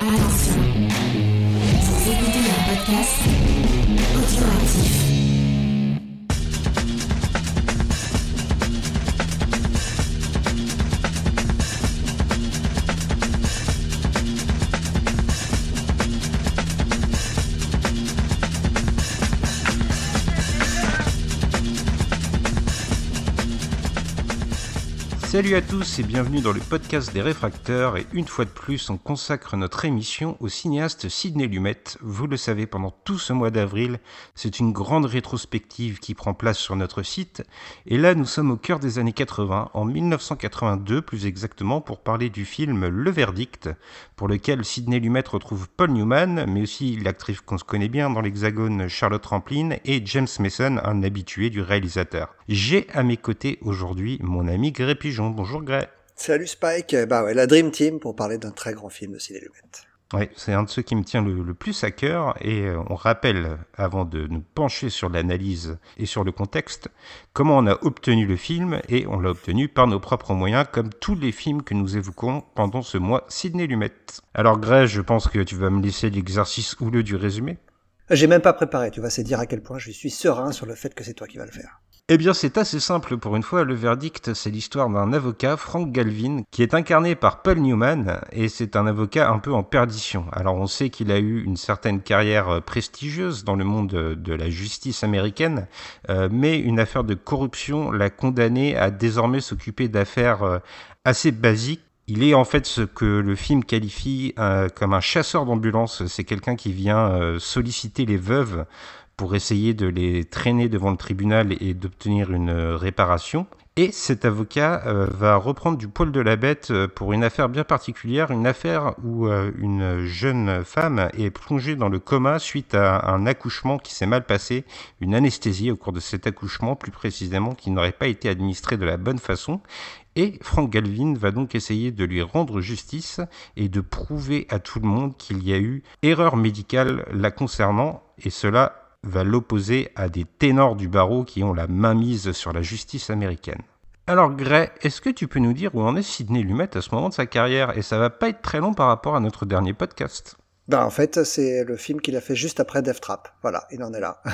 Attention, vous écoutez un podcast audioactif. Salut à tous et bienvenue dans le podcast des réfracteurs, et une fois de plus on consacre notre émission au cinéaste Sidney Lumet. Vous le savez, pendant tout ce mois d'avril, c'est une grande rétrospective qui prend place sur notre site, et là nous sommes au cœur des années 80, en 1982 plus exactement, pour parler du film Le Verdict, pour lequel Sidney Lumet retrouve Paul Newman, mais aussi l'actrice qu'on se connaît bien dans l'Hexagone Charlotte Rampling, et James Mason, un habitué du réalisateur. J'ai à mes côtés aujourd'hui mon ami Gré Pigeon. Bonjour Gré. Salut Spike. La Dream Team pour parler d'un très grand film de Sidney Lumet. Oui, c'est un de ceux qui me tient le plus à cœur, et on rappelle, avant de nous pencher sur l'analyse et sur le contexte, comment on a obtenu le film, et on l'a obtenu par nos propres moyens, comme tous les films que nous évoquons pendant ce mois Sidney Lumet. Alors Gré, je pense que tu vas me laisser l'exercice houleux du résumé. J'ai même pas préparé, tu vois, c'est dire à quel point je suis serein sur le fait que c'est toi qui vas le faire. Eh bien, c'est assez simple pour une fois. Le Verdict, c'est l'histoire d'un avocat, Frank Galvin, qui est incarné par Paul Newman, et c'est un avocat un peu en perdition. Alors, on sait qu'il a eu une certaine carrière prestigieuse dans le monde de la justice américaine, mais une affaire de corruption l'a condamné à désormais s'occuper d'affaires assez basiques. Il est en fait ce que le film qualifie comme un chasseur d'ambulance. C'est quelqu'un qui vient solliciter les veuves pour essayer de les traîner devant le tribunal et d'obtenir une réparation. Et cet avocat va reprendre du poil de la bête pour une affaire bien particulière, une affaire où une jeune femme est plongée dans le coma suite à un accouchement qui s'est mal passé, une anesthésie au cours de cet accouchement, plus précisément, qui n'aurait pas été administrée de la bonne façon. Et Frank Galvin va donc essayer de lui rendre justice et de prouver à tout le monde qu'il y a eu erreur médicale la concernant, et cela va l'opposer à des ténors du barreau qui ont la main mise sur la justice américaine. Alors Gré, est-ce que tu peux nous dire où en est Sidney Lumet à ce moment de sa carrière? Et ça va pas être très long par rapport à notre dernier podcast. En fait, c'est le film qu'il a fait juste après Death Trap. Voilà, il en est là.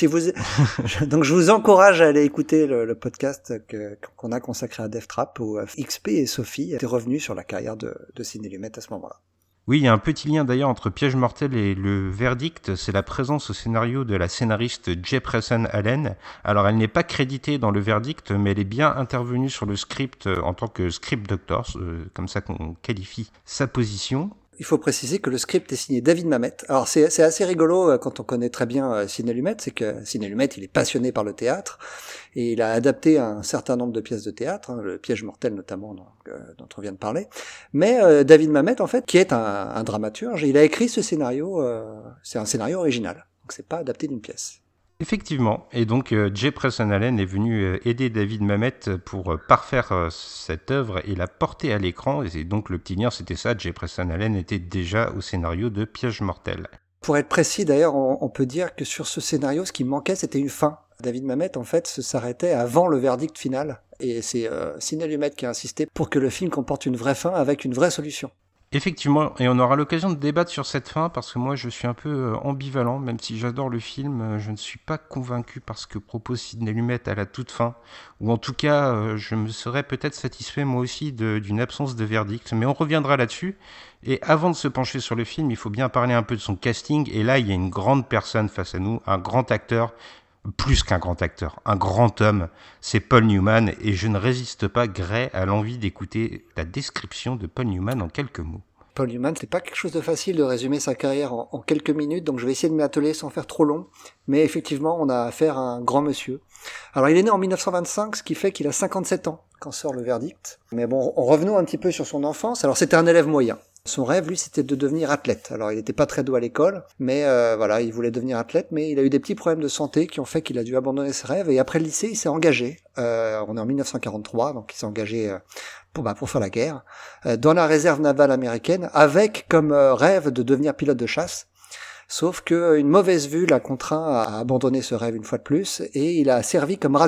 Donc je vous encourage à aller écouter le podcast qu'on a consacré à Death Trap, où XP et Sophie étaient revenus sur la carrière de Sidney Lumet à ce moment-là. Oui, il y a un petit lien d'ailleurs entre Piège mortel et Le Verdict, c'est la présence au scénario de la scénariste Jefferson Allen. Alors elle n'est pas créditée dans Le Verdict, mais elle est bien intervenue sur le script en tant que script doctor, comme ça qu'on qualifie sa position. Il faut préciser que le script est signé David Mamet. Alors c'est assez rigolo quand on connaît très bien Sidney Lumet, c'est que Sidney Lumet, il est passionné par le théâtre, et il a adapté un certain nombre de pièces de théâtre, le Piège mortel notamment dont on vient de parler. Mais David Mamet, en fait, qui est un dramaturge, il a écrit ce scénario, c'est un scénario original, donc c'est pas adapté d'une pièce. Effectivement, et donc Jefferson Allen est venu aider David Mamet pour parfaire cette œuvre et la porter à l'écran, et donc le petit lien c'était ça, Jefferson Allen était déjà au scénario de Piège mortel. Pour être précis d'ailleurs, on peut dire que sur ce scénario, ce qui manquait c'était une fin. David Mamet en fait s'arrêtait avant le verdict final, et c'est Sidney Lumet qui a insisté pour que le film comporte une vraie fin avec une vraie solution. Effectivement, et on aura l'occasion de débattre sur cette fin, parce que moi je suis un peu ambivalent, même si j'adore le film, je ne suis pas convaincu par ce que propose Sidney Lumet à la toute fin, ou en tout cas je me serais peut-être satisfait moi aussi d'une absence de verdict, mais on reviendra là-dessus. Et avant de se pencher sur le film, il faut bien parler un peu de son casting, et là il y a une grande personne face à nous, un grand acteur, plus qu'un grand acteur, un grand homme, c'est Paul Newman, et je ne résiste pas, Gré, à l'envie d'écouter la description de Paul Newman en quelques mots. Paul Newman, c'est pas quelque chose de facile de résumer sa carrière en quelques minutes, donc je vais essayer de m'atteler sans faire trop long, mais effectivement, on a affaire à un grand monsieur. Alors, il est né en 1925, ce qui fait qu'il a 57 ans quand sort Le Verdict. Mais bon, revenons un petit peu sur son enfance. Alors, c'était un élève moyen. Son rêve, lui, c'était de devenir athlète. Alors, il n'était pas très doué à l'école, mais il voulait devenir athlète, mais il a eu des petits problèmes de santé qui ont fait qu'il a dû abandonner ses rêves, et après le lycée, il s'est engagé. On est en 1943, donc il s'est engagé pour faire la guerre, dans la réserve navale américaine, avec comme rêve de devenir pilote de chasse. Sauf que une mauvaise vue l'a contraint à abandonner ce rêve une fois de plus, et il a servi comme radio.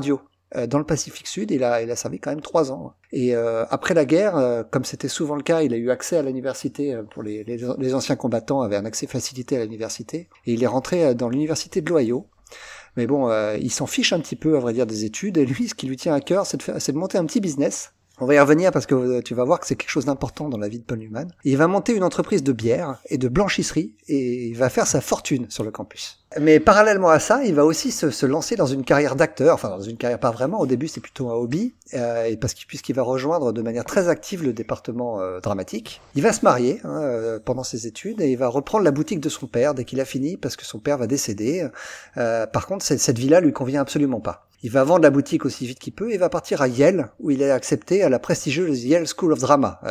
dans le Pacifique Sud. Il a servi quand même 3 ans. Et après la guerre, comme c'était souvent le cas, il a eu accès à l'université. Pour les anciens combattants avaient un accès facilité à l'université. Et il est rentré dans l'université de l'Ohio. Mais bon, il s'en fiche un petit peu, à vrai dire, des études. Et lui, ce qui lui tient à cœur, c'est de monter un petit business. On va y revenir parce que tu vas voir que c'est quelque chose d'important dans la vie de Paul Newman. Il va monter une entreprise de bière et de blanchisserie et il va faire sa fortune sur le campus. Mais parallèlement à ça, il va aussi se lancer dans une carrière d'acteur. Enfin, dans une carrière pas vraiment. Au début, c'est plutôt un hobby. Et puisqu'il va rejoindre de manière très active le département dramatique. Il va se marier pendant ses études et il va reprendre la boutique de son père dès qu'il a fini parce que son père va décéder. Par contre, cette vie-là lui convient absolument pas. Il va vendre la boutique aussi vite qu'il peut et va partir à Yale, où il est accepté à la prestigieuse Yale School of Drama.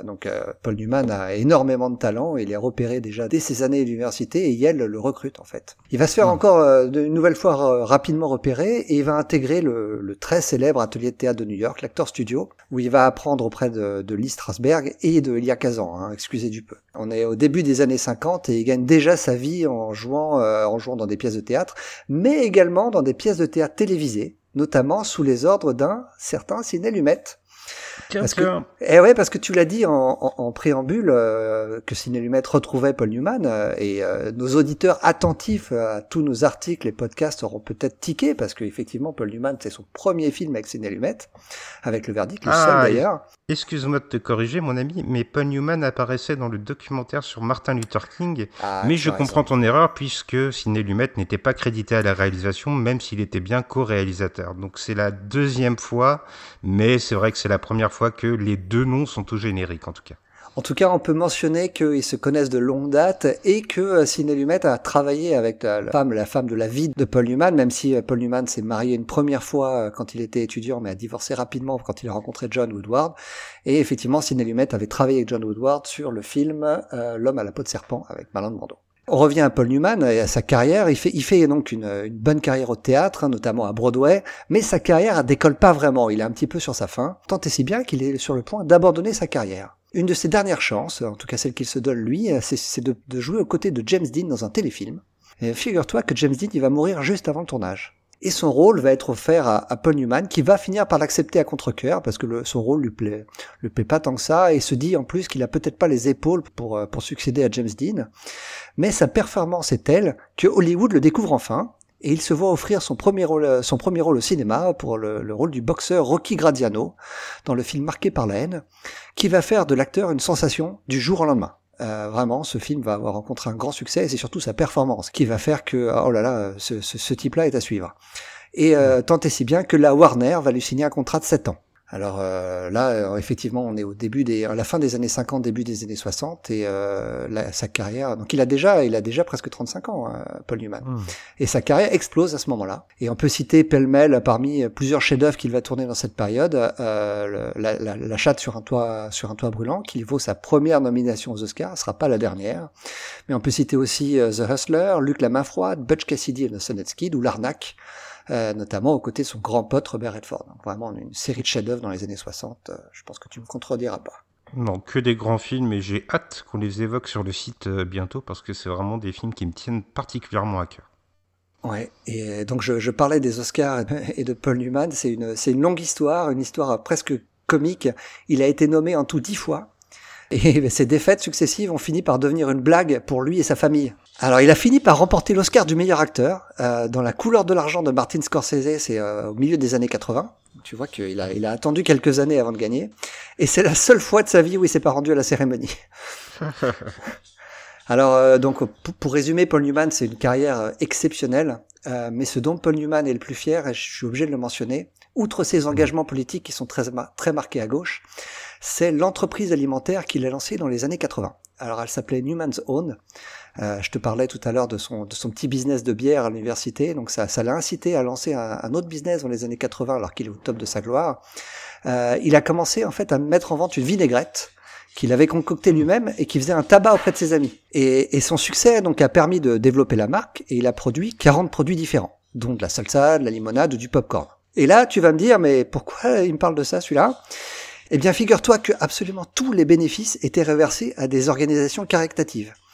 Paul Newman a énormément de talent, il est repéré déjà dès ses années d'université et Yale le recrute en fait. Il va se faire encore une nouvelle fois rapidement repéré et il va intégrer le très célèbre atelier de théâtre de New York, l'Actor Studio, où il va apprendre auprès de Lee Strasberg et de Elia Kazan, excusez du peu. On est au début des années 50 et il gagne déjà sa vie en jouant dans des pièces de théâtre, mais également dans des pièces de théâtre télévisées, notamment sous les ordres d'un certain Sidney Lumet. Parce que tu l'as dit en préambule que Sidney Lumet retrouvait Paul Newman nos auditeurs attentifs à tous nos articles et podcasts auront peut-être tiqué parce qu'effectivement Paul Newman c'est son premier film avec Sidney Lumet, avec Le Verdict, le seul d'ailleurs. Excuse-moi de te corriger mon ami, mais Paul Newman apparaissait dans le documentaire sur Martin Luther King, mais je comprends ton erreur puisque Sidney Lumet n'était pas crédité à la réalisation même s'il était bien co-réalisateur. Donc c'est la deuxième fois, mais c'est vrai que c'est la première fois que les deux noms sont au générique en tout cas. En tout cas, on peut mentionner qu'ils se connaissent de longue date et que Sidney Lumet a travaillé avec la femme de la vie de Paul Newman, même si Paul Newman s'est marié une première fois quand il était étudiant, mais a divorcé rapidement quand il a rencontré John Woodward. Et effectivement, Sidney Lumet avait travaillé avec John Woodward sur le film L'homme à la peau de serpent avec Marlon Brando. On revient à Paul Newman et à sa carrière. Il fait donc une bonne carrière au théâtre, notamment à Broadway, mais sa carrière décolle pas vraiment. Il est un petit peu sur sa fin, tant et si bien qu'il est sur le point d'abandonner sa carrière. Une de ses dernières chances, en tout cas celle qu'il se donne lui, c'est de jouer aux côtés de James Dean dans un téléfilm. Et figure-toi que James Dean, il va mourir juste avant le tournage. Et son rôle va être offert à Paul Newman, qui va finir par l'accepter à contre-cœur, parce que son rôle lui plaît pas tant que ça, et se dit en plus qu'il a peut-être pas les épaules pour succéder à James Dean. Mais sa performance est telle que Hollywood le découvre enfin, et il se voit offrir son premier rôle au cinéma pour le rôle du boxeur Rocky Graziano dans le film Marqué par la haine, qui va faire de l'acteur une sensation du jour au lendemain. Vraiment, ce film va avoir rencontré un grand succès et c'est surtout sa performance qui va faire que, oh là là, ce type-là est à suivre. Et tant et si bien que la Warner va lui signer un contrat de 7 ans. Alors effectivement, on est à la fin des années 50, début des années 60, et sa carrière. Donc il a déjà presque 35 ans, Paul Newman. Et sa carrière explose à ce moment-là. Et on peut citer pêle-mêle parmi plusieurs chefs-d'œuvre qu'il va tourner dans cette période, la chatte sur un toit brûlant, qui vaut sa première nomination aux Oscars, ce sera pas la dernière. Mais on peut citer aussi The Hustler, Luc la main froide, Butch Cassidy and the Sundance Kid ou L'Arnaque. Notamment aux côtés de son grand pote Robert Redford. Donc vraiment une série de chefs-d'œuvre dans les années 60, je pense que tu me contrediras pas. Non, que des grands films et j'ai hâte qu'on les évoque sur le site bientôt parce que c'est vraiment des films qui me tiennent particulièrement à cœur. Ouais, et donc je parlais des Oscars et de Paul Newman, c'est une longue histoire, une histoire presque comique. Il a été nommé en tout 10 fois. Et ces défaites successives ont fini par devenir une blague pour lui et sa famille. Alors il a fini par remporter l'Oscar du meilleur acteur dans La couleur de l'argent de Martin Scorsese, c'est au milieu des années 80. Tu vois qu'il a attendu quelques années avant de gagner. Et c'est la seule fois de sa vie où il s'est pas rendu à la cérémonie. Alors donc pour résumer, Paul Newman c'est une carrière exceptionnelle, mais ce dont Paul Newman est le plus fier, et je suis obligé de le mentionner, outre ses engagements politiques qui sont très marqués à gauche, c'est l'entreprise alimentaire qu'il a lancée dans les années 80. Alors elle s'appelait Newman's Own. Je te parlais tout à l'heure de son petit business de bière à l'université, donc ça l'a incité à lancer un autre business dans les années 80 alors qu'il est au top de sa gloire. Il a commencé en fait à mettre en vente une vinaigrette qu'il avait concoctée lui-même et qui faisait un tabac auprès de ses amis. Et son succès donc a permis de développer la marque et il a produit 40 produits différents, dont de la salsa, de la limonade ou du popcorn. Et là, tu vas me dire, mais pourquoi il me parle de ça, celui-là ? Eh bien, figure-toi que absolument tous les bénéfices étaient reversés à des organisations caritatives.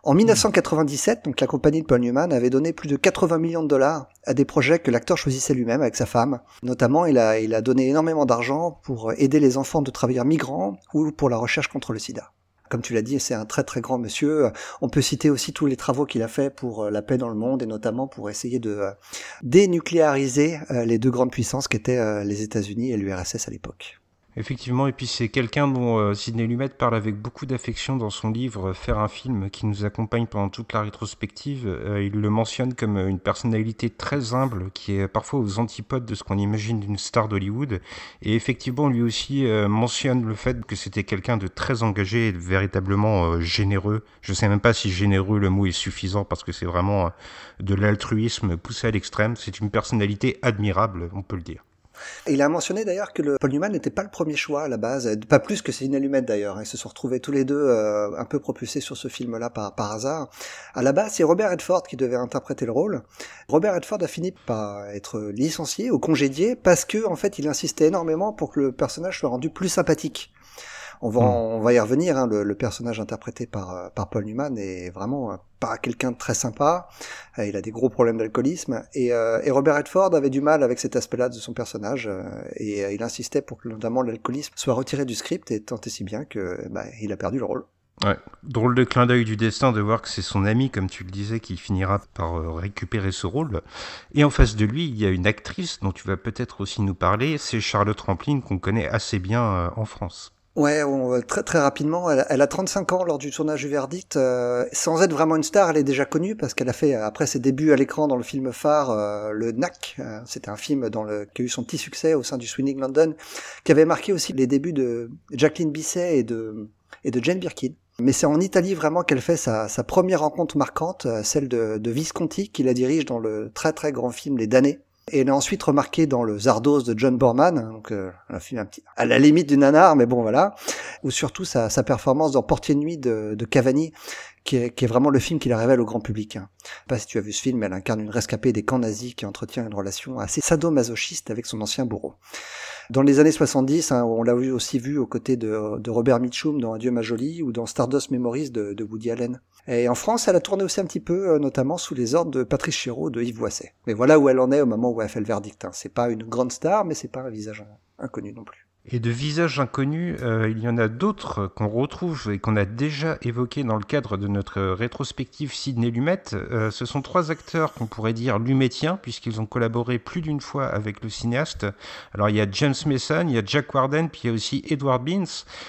En 1997, donc la compagnie de Paul Newman avait donné plus de 80 millions de dollars à des projets que l'acteur choisissait lui-même avec sa femme. Notamment, il a donné énormément d'argent pour aider les enfants de travailleurs migrants ou pour la recherche contre le sida. Comme tu l'as dit, c'est un très très grand monsieur. On peut citer aussi tous les travaux qu'il a fait pour la paix dans le monde et notamment pour essayer de dénucléariser les deux grandes puissances qu'étaient les États-Unis et l'URSS à l'époque. Effectivement, et puis c'est quelqu'un dont Sidney Lumet parle avec beaucoup d'affection dans son livre Faire un film, qui nous accompagne pendant toute la rétrospective. Il le mentionne comme une personnalité très humble, qui est parfois aux antipodes de ce qu'on imagine d'une star d'Hollywood. Et effectivement, lui aussi mentionne le fait que c'était quelqu'un de très engagé et de véritablement généreux. Je sais même pas si généreux, le mot est suffisant, parce que c'est vraiment de l'altruisme poussé à l'extrême. C'est une personnalité admirable, on peut le dire. Il a mentionné d'ailleurs que Paul Newman n'était pas le premier choix à la base, pas plus que Sidney Lumet d'ailleurs. Ils se sont retrouvés tous les deux un peu propulsés sur ce film-là par hasard. À la base, c'est Robert Redford qui devait interpréter le rôle. Robert Redford a fini par être licencié ou congédié parce que en fait, il insistait énormément pour que le personnage soit rendu plus sympathique. On va y revenir, hein, le personnage interprété par Paul Newman est vraiment pas quelqu'un de très sympa, il a des gros problèmes d'alcoolisme, et Robert Redford avait du mal avec cet aspect-là de son personnage, et il insistait pour que notamment l'alcoolisme soit retiré du script, et tant et si bien que il a perdu le rôle. Ouais, drôle de clin d'œil du destin de voir que c'est son ami, comme tu le disais, qui finira par récupérer ce rôle. Et en face de lui, il y a une actrice dont tu vas peut-être aussi nous parler, c'est Charlotte Rampling, qu'on connaît assez bien en France. Ouais, très très rapidement, elle a 35 ans lors du tournage du Verdict, sans être vraiment une star, elle est déjà connue parce qu'elle a fait après ses débuts à l'écran dans le film phare le Knack, c'était un film qui a eu son petit succès au sein du Swinging London, qui avait marqué aussi les débuts de Jacqueline Bisset et de Jane Birkin. Mais c'est en Italie vraiment qu'elle fait sa première rencontre marquante, celle de Visconti, qui la dirige dans le très très grand film Les Damnés. Et elle est ensuite remarquée dans le Zardoz de John Borman, donc un film un petit à la limite du nanar, mais bon voilà. Ou surtout sa performance dans Portier de nuit de Cavani, qui est vraiment le film qui la révèle au grand public. Hein. Je sais pas si tu as vu ce film, elle incarne une rescapée des camps nazis qui entretient une relation assez sadomasochiste avec son ancien bourreau. Dans les années 70, hein, on l'a aussi vu aux côtés de Robert Mitchum dans Adieu ma jolie ou dans Stardust Memories de Woody Allen. Et en France, elle a tourné aussi un petit peu, notamment sous les ordres de Patrice Chéreau, de Yves Boisset. Mais voilà où elle en est au moment où elle fait le Verdict. Hein. C'est pas une grande star, mais c'est pas un visage inconnu non plus. Et de visages inconnus, il y en a d'autres qu'on retrouve et qu'on a déjà évoqués dans le cadre de notre rétrospective Sidney Lumet. Ce sont trois acteurs qu'on pourrait dire lumétiens, puisqu'ils ont collaboré plus d'une fois avec le cinéaste. Alors il y a James Mason, il y a Jack Warden, puis il y a aussi Edward Beans.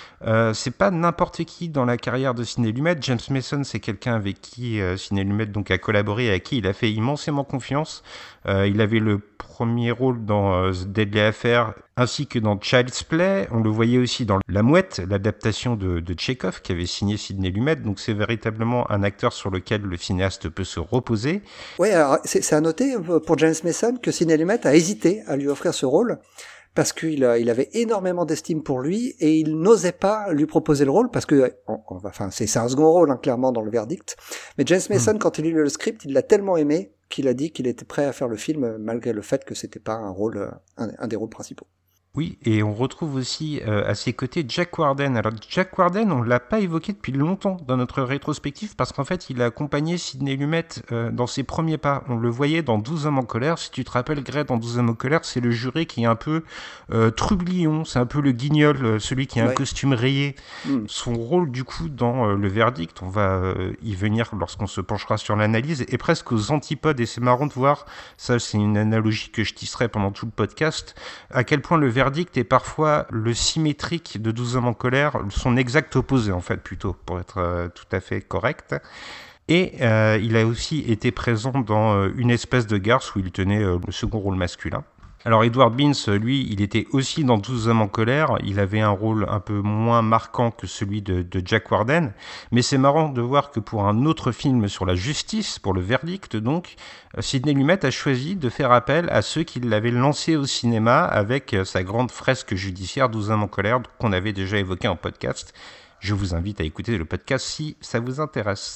C'est pas n'importe qui dans la carrière de Sidney Lumet. James Mason, c'est quelqu'un avec qui Sidney Lumet donc a collaboré et à qui il a fait immensément confiance. Il avait le premier rôle dans Deadly Affair ainsi que dans Child's Play. On le voyait aussi dans La Mouette, l'adaptation de Tchekhov qui avait signé Sidney Lumet. Donc c'est véritablement un acteur sur lequel le cinéaste peut se reposer. Oui, alors c'est à noter pour James Mason que Sidney Lumet a hésité à lui offrir ce rôle. Parce qu'il avait énormément d'estime pour lui et il n'osait pas lui proposer le rôle parce que, c'est un second rôle, hein, clairement, dans le Verdict. Mais James Mason, quand il a lu le script, il l'a tellement aimé qu'il a dit qu'il était prêt à faire le film malgré le fait que c'était pas un rôle, un des rôles principaux. Oui, et on retrouve aussi à ses côtés Jack Warden. Alors Jack Warden, on l'a pas évoqué depuis longtemps dans notre rétrospective parce qu'en fait, il a accompagné Sidney Lumet dans ses premiers pas. On le voyait dans 12 hommes en colère. Si tu te rappelles, Grey, dans 12 hommes en colère, c'est le juré qui est un peu trublion, c'est un peu le guignol, celui qui a un costume rayé. Son rôle, du coup, dans le Verdict, on va y venir lorsqu'on se penchera sur l'analyse, est presque aux antipodes. Et c'est marrant de voir, ça c'est une analogie que je tisserai pendant tout le podcast, à quel point le Verdict est parfois le symétrique de 12 hommes en colère, son exact opposé en fait plutôt, pour être tout à fait correct. Et il a aussi été présent dans Une espèce de garce où il tenait le second rôle masculin. Alors Edward Beans, lui, il était aussi dans 12 hommes en colère, il avait un rôle un peu moins marquant que celui de Jack Warden, mais c'est marrant de voir que pour un autre film sur la justice, pour le Verdict donc, Sidney Lumet a choisi de faire appel à ceux qui l'avaient lancé au cinéma avec sa grande fresque judiciaire 12 hommes en colère qu'on avait déjà évoqué en podcast. Je vous invite à écouter le podcast si ça vous intéresse.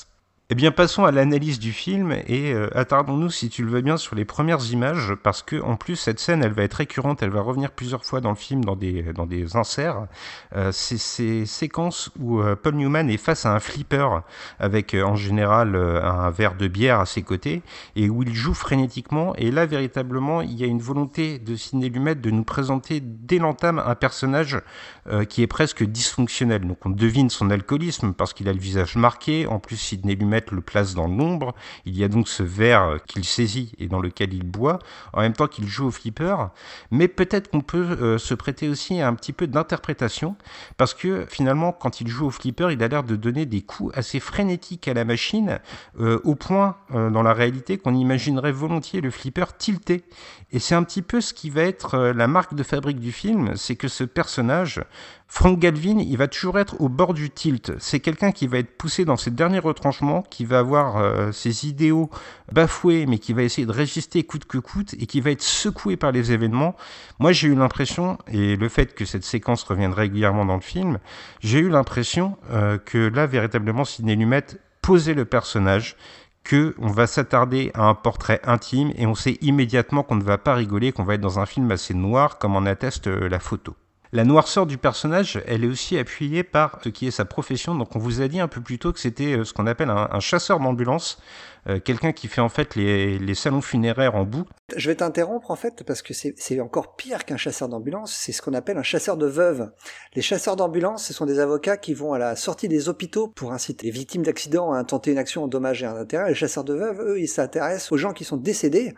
Eh bien, passons à l'analyse du film et attardons-nous, si tu le veux bien, sur les premières images, parce que en plus cette scène, elle va être récurrente, elle va revenir plusieurs fois dans le film, dans des inserts. C'est ces séquences où Paul Newman est face à un flipper avec en général un verre de bière à ses côtés et où il joue frénétiquement. Et là, véritablement, il y a une volonté de Sidney Lumet de nous présenter dès l'entame un personnage qui est presque dysfonctionnel. Donc on devine son alcoolisme parce qu'il a le visage marqué. En plus, Sidney Lumet le place dans l'ombre. Il y a donc ce verre qu'il saisit et dans lequel il boit, en même temps qu'il joue au flipper. Mais peut-être qu'on peut se prêter aussi à un petit peu d'interprétation, parce que finalement, quand il joue au flipper, il a l'air de donner des coups assez frénétiques à la machine, au point, dans la réalité, qu'on imaginerait volontiers le flipper tilté. Et c'est un petit peu ce qui va être la marque de fabrique du film, c'est que ce personnage, Frank Galvin, il va toujours être au bord du tilt. C'est quelqu'un qui va être poussé dans ses derniers retranchements, qui va avoir ses idéaux bafoués, mais qui va essayer de résister coûte que coûte, et qui va être secoué par les événements. Moi, j'ai eu l'impression, et le fait que cette séquence revienne régulièrement dans le film, j'ai eu l'impression que là, véritablement, Sidney Lumet posait le personnage, qu'on va s'attarder à un portrait intime, et on sait immédiatement qu'on ne va pas rigoler, qu'on va être dans un film assez noir, comme en atteste la photo. La noirceur du personnage, elle est aussi appuyée par ce qui est sa profession. Donc on vous a dit un peu plus tôt que c'était ce qu'on appelle un chasseur d'ambulance, quelqu'un qui fait en fait les salons funéraires en boue. Je vais t'interrompre en fait parce que c'est encore pire qu'un chasseur d'ambulance, c'est ce qu'on appelle un chasseur de veuves. Les chasseurs d'ambulance, ce sont des avocats qui vont à la sortie des hôpitaux pour inciter les victimes d'accidents à tenter une action en dommages et en intérêts. Les chasseurs de veuves, eux, ils s'intéressent aux gens qui sont décédés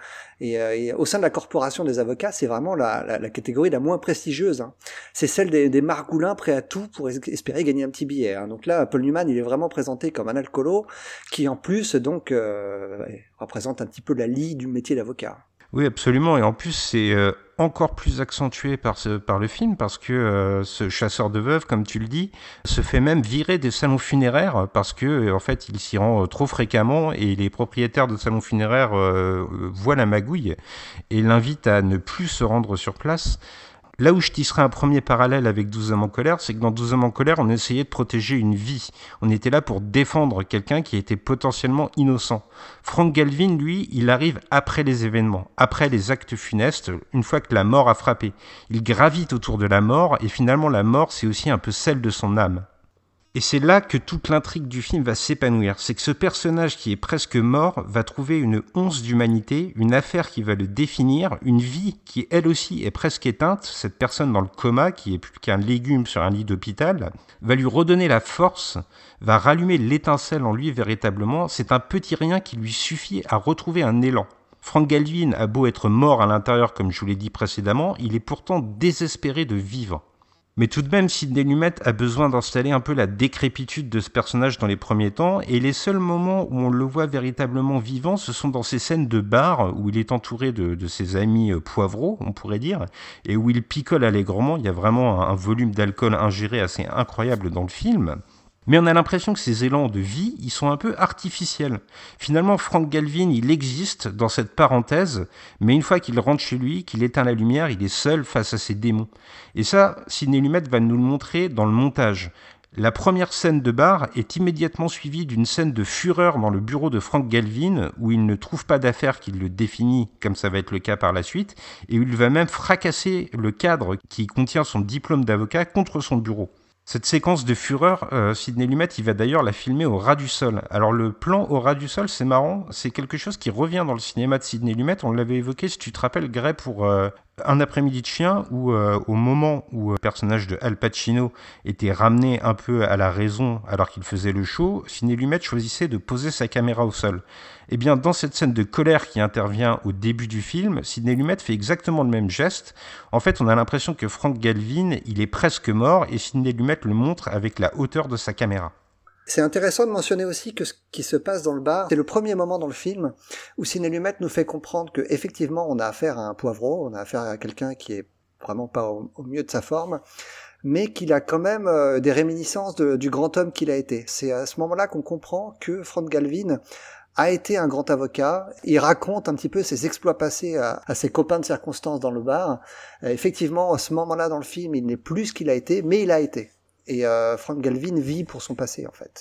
et au sein de la corporation des avocats, c'est vraiment la catégorie la moins prestigieuse. Hein. C'est celle des margoulins prêts à tout pour espérer gagner un petit billet. Hein. Donc là, Paul Newman, il est vraiment présenté comme un alcoolo qui en plus donc représente un petit peu la lie du métier d'avocat. Oui, absolument. Et en plus, c'est encore plus accentué par le film parce que ce chasseur de veuves, comme tu le dis, se fait même virer des salons funéraires parce que en fait, il s'y rend trop fréquemment et les propriétaires de salons funéraires voient la magouille et l'invitent à ne plus se rendre sur place. Là où je tisserais un premier parallèle avec 12 hommes en colère, c'est que dans 12 hommes en colère, on essayait de protéger une vie. On était là pour défendre quelqu'un qui était potentiellement innocent. Frank Galvin, lui, il arrive après les événements, après les actes funestes, une fois que la mort a frappé. Il gravite autour de la mort, et finalement la mort, c'est aussi un peu celle de son âme. Et c'est là que toute l'intrigue du film va s'épanouir. C'est que ce personnage qui est presque mort va trouver une once d'humanité, une affaire qui va le définir, une vie qui elle aussi est presque éteinte. Cette personne dans le coma, qui est plus qu'un légume sur un lit d'hôpital, va lui redonner la force, va rallumer l'étincelle en lui véritablement. C'est un petit rien qui lui suffit à retrouver un élan. Frank Galvin a beau être mort à l'intérieur, comme je vous l'ai dit précédemment, il est pourtant désespéré de vivre. Mais tout de même, Sidney Lumet a besoin d'installer un peu la décrépitude de ce personnage dans les premiers temps, et les seuls moments où on le voit véritablement vivant, ce sont dans ces scènes de bar, où il est entouré de ses amis poivreaux, on pourrait dire, et où il picole allègrement. Il y a vraiment un volume d'alcool ingéré assez incroyable dans le film. Mais on a l'impression que ces élans de vie, ils sont un peu artificiels. Finalement, Frank Galvin, il existe dans cette parenthèse, mais une fois qu'il rentre chez lui, qu'il éteint la lumière, il est seul face à ses démons. Et ça, Sidney Lumet va nous le montrer dans le montage. La première scène de bar est immédiatement suivie d'une scène de fureur dans le bureau de Frank Galvin, où il ne trouve pas d'affaire qui le définit, comme ça va être le cas par la suite, et où il va même fracasser le cadre qui contient son diplôme d'avocat contre son bureau. Cette séquence de fureur, Sidney Lumet, il va d'ailleurs la filmer au ras du sol. Alors le plan au ras du sol, c'est marrant, c'est quelque chose qui revient dans le cinéma de Sidney Lumet. On l'avait évoqué, si tu te rappelles, Gray, pour Un après-midi de chien, où au moment où le personnage de Al Pacino était ramené un peu à la raison alors qu'il faisait le show, Sidney Lumet choisissait de poser sa caméra au sol. Eh bien, dans cette scène de colère qui intervient au début du film, Sidney Lumet fait exactement le même geste. En fait, on a l'impression que Frank Galvin, il est presque mort, et Sidney Lumet le montre avec la hauteur de sa caméra. C'est intéressant de mentionner aussi que ce qui se passe dans le bar, c'est le premier moment dans le film où Sidney Lumet nous fait comprendre que effectivement on a affaire à un poivreau, on a affaire à quelqu'un qui est vraiment pas au mieux de sa forme, mais qu'il a quand même des réminiscences du grand homme qu'il a été. C'est à ce moment-là qu'on comprend que Frank Galvin a été un grand avocat. Il raconte un petit peu ses exploits passés à ses copains de circonstance dans le bar. Effectivement, à ce moment-là dans le film, il n'est plus ce qu'il a été, mais il a été. Et Frank Galvin vit pour son passé, en fait.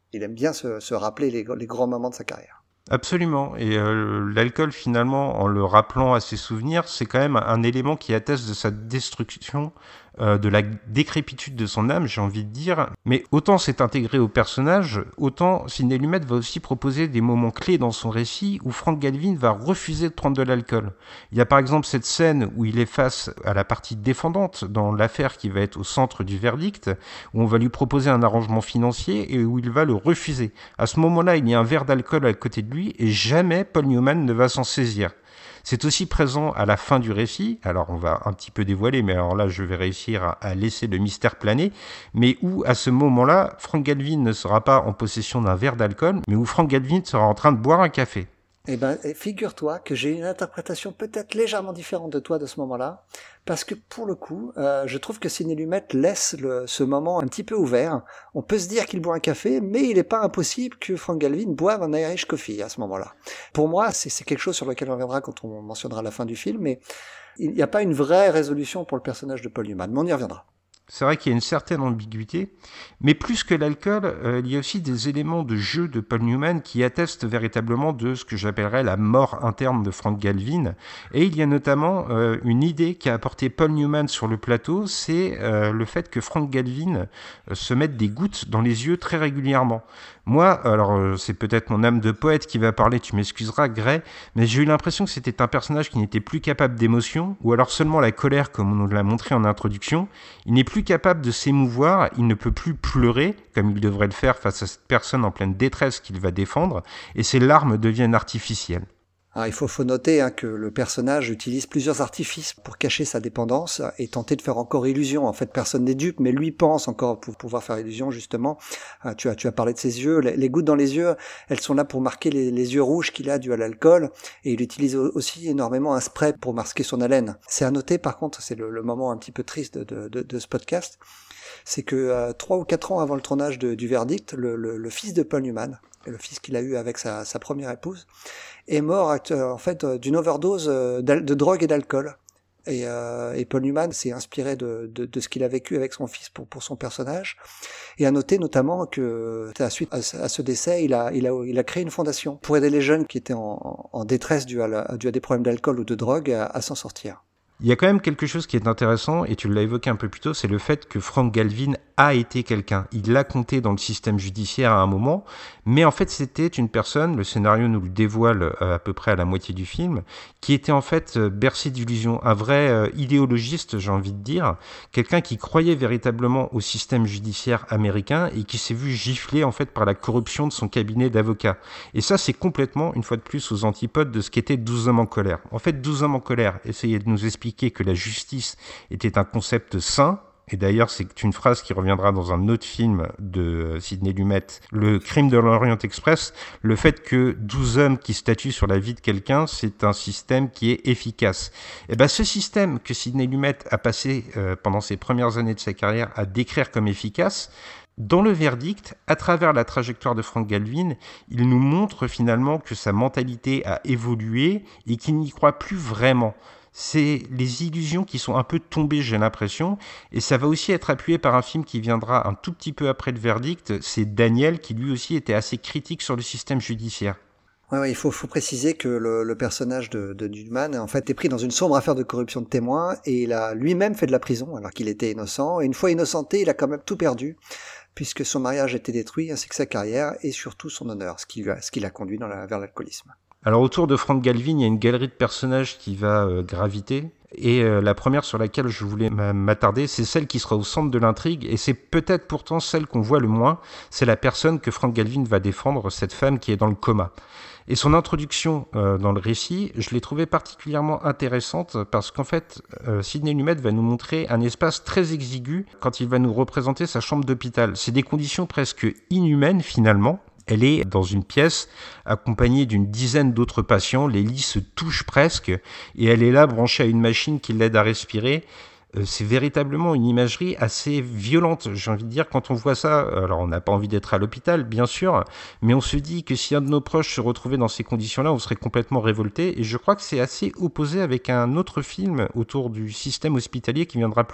Il aime bien se rappeler les grands moments de sa carrière. Absolument. Et l'alcool, finalement, en le rappelant à ses souvenirs, c'est quand même un élément qui atteste de sa destruction, de la décrépitude de son âme, j'ai envie de dire. Mais autant c'est intégré au personnage, autant Sidney Lumet va aussi proposer des moments clés dans son récit où Frank Galvin va refuser de prendre de l'alcool. Il y a par exemple cette scène où il est face à la partie défendante dans l'affaire qui va être au centre du verdict, où on va lui proposer un arrangement financier et où il va le refuser. À ce moment-là, il y a un verre d'alcool à côté de lui et jamais Paul Newman ne va s'en saisir. C'est aussi présent à la fin du récit, alors on va un petit peu dévoiler, mais alors là je vais réussir à laisser le mystère planer, mais où à ce moment-là, Frank Galvin ne sera pas en possession d'un verre d'alcool, mais où Frank Galvin sera en train de boire un café. Eh ben, figure-toi que j'ai une interprétation peut-être légèrement différente de toi de ce moment-là, parce que pour le coup, je trouve que Sidney Lumet laisse ce moment un petit peu ouvert. On peut se dire qu'il boit un café, mais il n'est pas impossible que Frank Galvin boive un Irish coffee à ce moment-là. Pour moi, c'est quelque chose sur lequel on reviendra quand on mentionnera la fin du film, mais il n'y a pas une vraie résolution pour le personnage de Paul Newman, mais on y reviendra. C'est vrai qu'il y a une certaine ambiguïté, mais plus que l'alcool, il y a aussi des éléments de jeu de Paul Newman qui attestent véritablement de ce que j'appellerais la mort interne de Frank Galvin. Et il y a notamment une idée qu'a apporté Paul Newman sur le plateau, c'est le fait que Frank Galvin se mette des gouttes dans les yeux très régulièrement. Moi, alors c'est peut-être mon âme de poète qui va parler, tu m'excuseras Gray, mais j'ai eu l'impression que c'était un personnage qui n'était plus capable d'émotion, ou alors seulement la colère comme on nous l'a montré en introduction. Il n'est plus capable de s'émouvoir, il ne peut plus pleurer, comme il devrait le faire face à cette personne en pleine détresse qu'il va défendre, et ses larmes deviennent artificielles. Alors, il faut noter que le personnage utilise plusieurs artifices pour cacher sa dépendance et tenter de faire encore illusion. En fait, personne n'est dupe, mais lui pense encore pour pouvoir faire illusion, justement. Tu as parlé de ses yeux. Les gouttes dans les yeux, elles sont là pour marquer les yeux rouges qu'il a dû à l'alcool. Et il utilise aussi énormément un spray pour masquer son haleine. C'est à noter, par contre, c'est le moment un petit peu triste de ce podcast, c'est que 3 ou 4 ans avant le tournage du verdict, le fils de Paul Newman, le fils qu'il a eu avec sa première épouse, est mort en fait d'une overdose de drogue et d'alcool. Et Paul Newman s'est inspiré de ce qu'il a vécu avec son fils pour son personnage. Et à noter notamment que suite à ce décès, il a créé une fondation pour aider les jeunes qui étaient en détresse dû à des problèmes d'alcool ou de drogue à s'en sortir. Il y a quand même quelque chose qui est intéressant, et tu l'as évoqué un peu plus tôt, c'est le fait que Frank Galvin a été quelqu'un. Il l'a compté dans le système judiciaire à un moment, mais en fait c'était une personne, le scénario nous le dévoile à peu près à la moitié du film, qui était en fait bercé d'illusions, un vrai idéologiste, j'ai envie de dire, quelqu'un qui croyait véritablement au système judiciaire américain et qui s'est vu gifler en fait par la corruption de son cabinet d'avocats. Et ça c'est complètement, une fois de plus, aux antipodes de ce qu'était 12 hommes en colère. En fait, 12 hommes en colère essayaient de nous expliquer que la justice était un concept sain, et d'ailleurs c'est une phrase qui reviendra dans un autre film de Sidney Lumet, Le Crime de l'Orient Express, le fait que 12 hommes qui statuent sur la vie de quelqu'un, c'est un système qui est efficace. Et ben ce système que Sidney Lumet a passé pendant ses premières années de sa carrière à décrire comme efficace, dans le verdict, à travers la trajectoire de Frank Galvin, il nous montre finalement que sa mentalité a évolué et qu'il n'y croit plus vraiment. C'est les illusions qui sont un peu tombées, j'ai l'impression, et ça va aussi être appuyé par un film qui viendra un tout petit peu après le verdict, c'est Daniel, qui lui aussi était assez critique sur le système judiciaire. Ouais, il faut préciser que le personnage de Newman, en fait, est pris dans une sombre affaire de corruption de témoins, et il a lui-même fait de la prison, alors qu'il était innocent, et une fois innocenté, il a quand même tout perdu, puisque son mariage a été détruit, ainsi que sa carrière, et surtout son honneur, ce qui l'a conduit vers l'alcoolisme. Alors autour de Frank Galvin, il y a une galerie de personnages qui va graviter, et la première sur laquelle je voulais m'attarder, c'est celle qui sera au centre de l'intrigue, et c'est peut-être pourtant celle qu'on voit le moins, c'est la personne que Frank Galvin va défendre, cette femme qui est dans le coma. Et son introduction dans le récit, je l'ai trouvée particulièrement intéressante parce qu'en fait, Sidney Lumet va nous montrer un espace très exigu quand il va nous représenter sa chambre d'hôpital. C'est des conditions presque inhumaines finalement. Elle est dans une pièce accompagnée d'une dizaine d'autres patients, les lits se touchent presque et elle est là branchée à une machine qui l'aide à respirer. C'est véritablement une imagerie assez violente, j'ai envie de dire, quand on voit ça, alors on n'a pas envie d'être à l'hôpital, bien sûr, mais on se dit que si un de nos proches se retrouvait dans ces conditions-là, on serait complètement révolté, et je crois que c'est assez opposé avec un autre film autour du système hospitalier qui viendra plus tard, non ?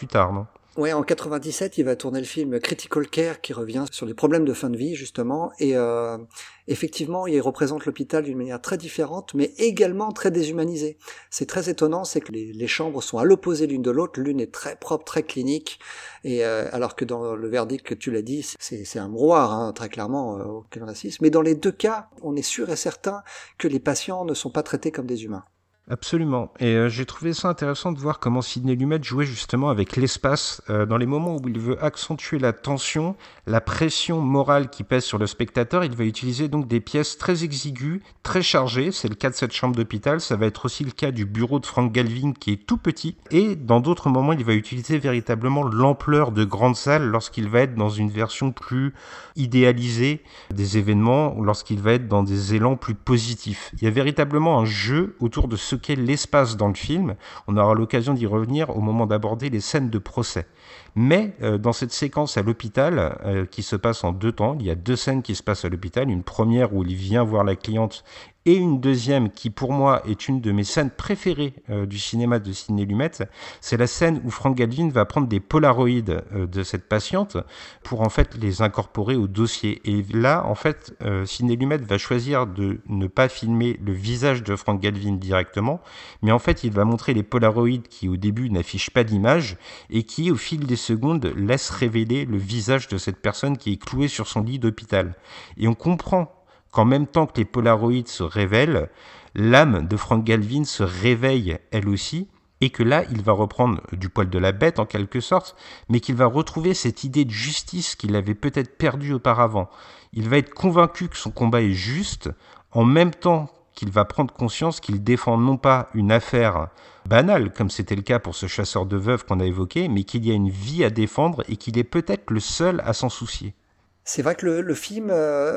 Ouais, en 97, il va tourner le film Critical Care qui revient sur les problèmes de fin de vie justement et effectivement, il représente l'hôpital d'une manière très différente mais également très déshumanisée. C'est très étonnant, c'est que les chambres sont à l'opposé l'une de l'autre, l'une est très propre, très clinique et alors que dans le verdict que tu l'as dit, c'est un mouroir hein, très clairement auquel on assiste, mais dans les deux cas, on est sûr et certain que les patients ne sont pas traités comme des humains. Absolument. Et j'ai trouvé ça intéressant de voir comment Sidney Lumet jouait justement avec l'espace dans les moments où il veut accentuer la tension, la pression morale qui pèse sur le spectateur. Il va utiliser donc des pièces très exiguës, très chargées. C'est le cas de cette chambre d'hôpital. Ça va être aussi le cas du bureau de Frank Galvin qui est tout petit. Et dans d'autres moments, il va utiliser véritablement l'ampleur de grandes salles lorsqu'il va être dans une version plus idéalisée des événements ou lorsqu'il va être dans des élans plus positifs. Il y a véritablement un jeu autour de ce qu'est l'espace dans le film. On aura l'occasion d'y revenir au moment d'aborder les scènes de procès. Mais dans cette séquence à l'hôpital, qui se passe en 2 temps, il y a 2 scènes qui se passent à l'hôpital. Une première où il vient voir la cliente et une deuxième qui pour moi est une de mes scènes préférées du cinéma de Sidney Lumet. C'est la scène où Frank Galvin va prendre des polaroïdes de cette patiente pour en fait les incorporer au dossier. Et là en fait Sidney Lumet va choisir de ne pas filmer le visage de Frank Galvin directement, mais en fait il va montrer les polaroïdes qui au début n'affichent pas d'image et qui au fil des secondes laissent révéler le visage de cette personne qui est clouée sur son lit d'hôpital. Et on comprend qu'en même temps que les polaroïdes se révèlent, l'âme de Frank Galvin se réveille elle aussi, et que là, il va reprendre du poil de la bête en quelque sorte, mais qu'il va retrouver cette idée de justice qu'il avait peut-être perdue auparavant. Il va être convaincu que son combat est juste, en même temps qu'il va prendre conscience qu'il défend non pas une affaire banale, comme c'était le cas pour ce chasseur de veuves qu'on a évoqué, mais qu'il y a une vie à défendre et qu'il est peut-être le seul à s'en soucier. C'est vrai que le film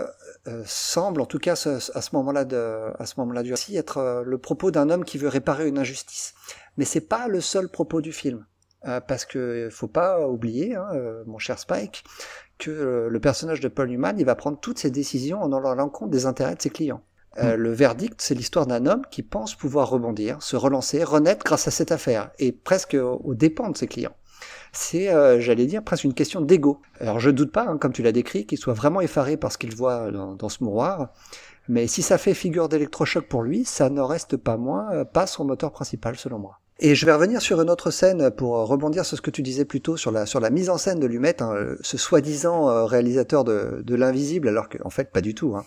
semble, en tout cas à ce moment-là du récit, être le propos d'un homme qui veut réparer une injustice. Mais c'est pas le seul propos du film, parce que faut pas oublier, mon cher Spike, que le personnage de Paul Newman, il va prendre toutes ses décisions en allant à l'encontre des intérêts de ses clients. Le verdict, c'est l'histoire d'un homme qui pense pouvoir rebondir, se relancer, renaître grâce à cette affaire, et presque aux dépens de ses clients. C'est, j'allais dire, presque une question d'ego. Alors je doute pas, comme tu l'as décrit, qu'il soit vraiment effaré par ce qu'il voit dans ce mouroir, mais si ça fait figure d'électrochoc pour lui, ça ne reste pas moins pas son moteur principal selon moi. Et je vais revenir sur une autre scène pour rebondir sur ce que tu disais plus tôt sur la mise en scène de Lumet, ce soi-disant réalisateur de l'invisible, alors qu'en fait pas du tout.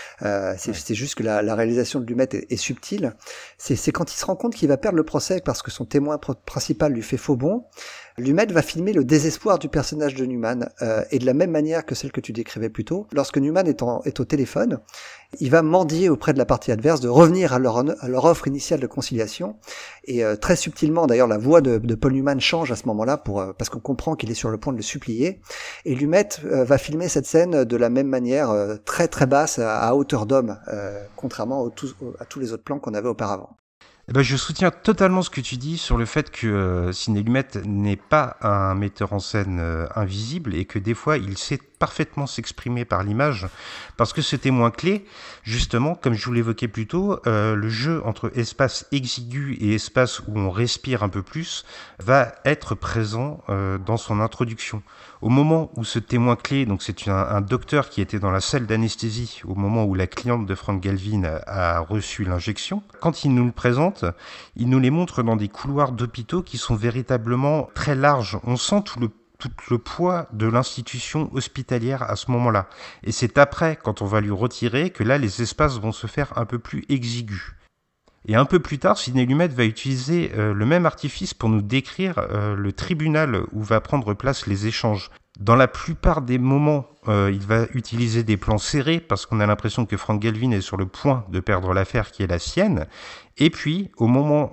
C'est juste que la réalisation de Lumet est subtile. C'est quand il se rend compte qu'il va perdre le procès parce que son témoin principal lui fait faux bond. Lumet va filmer le désespoir du personnage de Newman, et de la même manière que celle que tu décrivais plus tôt, lorsque Newman est au téléphone, il va mendier auprès de la partie adverse de revenir à leur offre initiale de conciliation, et très subtilement d'ailleurs la voix de Paul Newman change à ce moment-là parce qu'on comprend qu'il est sur le point de le supplier, et Lumet va filmer cette scène de la même manière, très très basse, à hauteur d'homme, contrairement à tous les autres plans qu'on avait auparavant. Je soutiens totalement ce que tu dis sur le fait que Sidney Lumet n'est pas un metteur en scène invisible et que des fois il sait parfaitement s'exprimer par l'image parce que ce témoin clé, justement, comme je vous l'évoquais plus tôt, le jeu entre espace exigu et espace où on respire un peu plus va être présent dans son introduction. Au moment où ce témoin clé, donc c'est un docteur qui était dans la salle d'anesthésie au moment où la cliente de Frank Galvin a reçu l'injection, quand il nous le présente, il nous les montre dans des couloirs d'hôpitaux qui sont véritablement très larges. On sent tout le poids de l'institution hospitalière à ce moment-là. Et c'est après, quand on va lui retirer, que là, les espaces vont se faire un peu plus exigus. Et un peu plus tard, Sidney Lumet va utiliser le même artifice pour nous décrire le tribunal où va prendre place les échanges. Dans la plupart des moments, il va utiliser des plans serrés parce qu'on a l'impression que Frank Galvin est sur le point de perdre l'affaire qui est la sienne. Et puis, au moment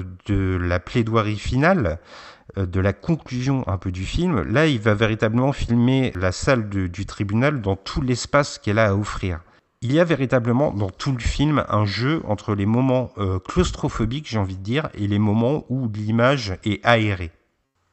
de la plaidoirie finale, de la conclusion un peu du film, là, il va véritablement filmer la salle du tribunal dans tout l'espace qu'elle a à offrir. Il y a véritablement dans tout le film un jeu entre les moments claustrophobiques, j'ai envie de dire, et les moments où l'image est aérée.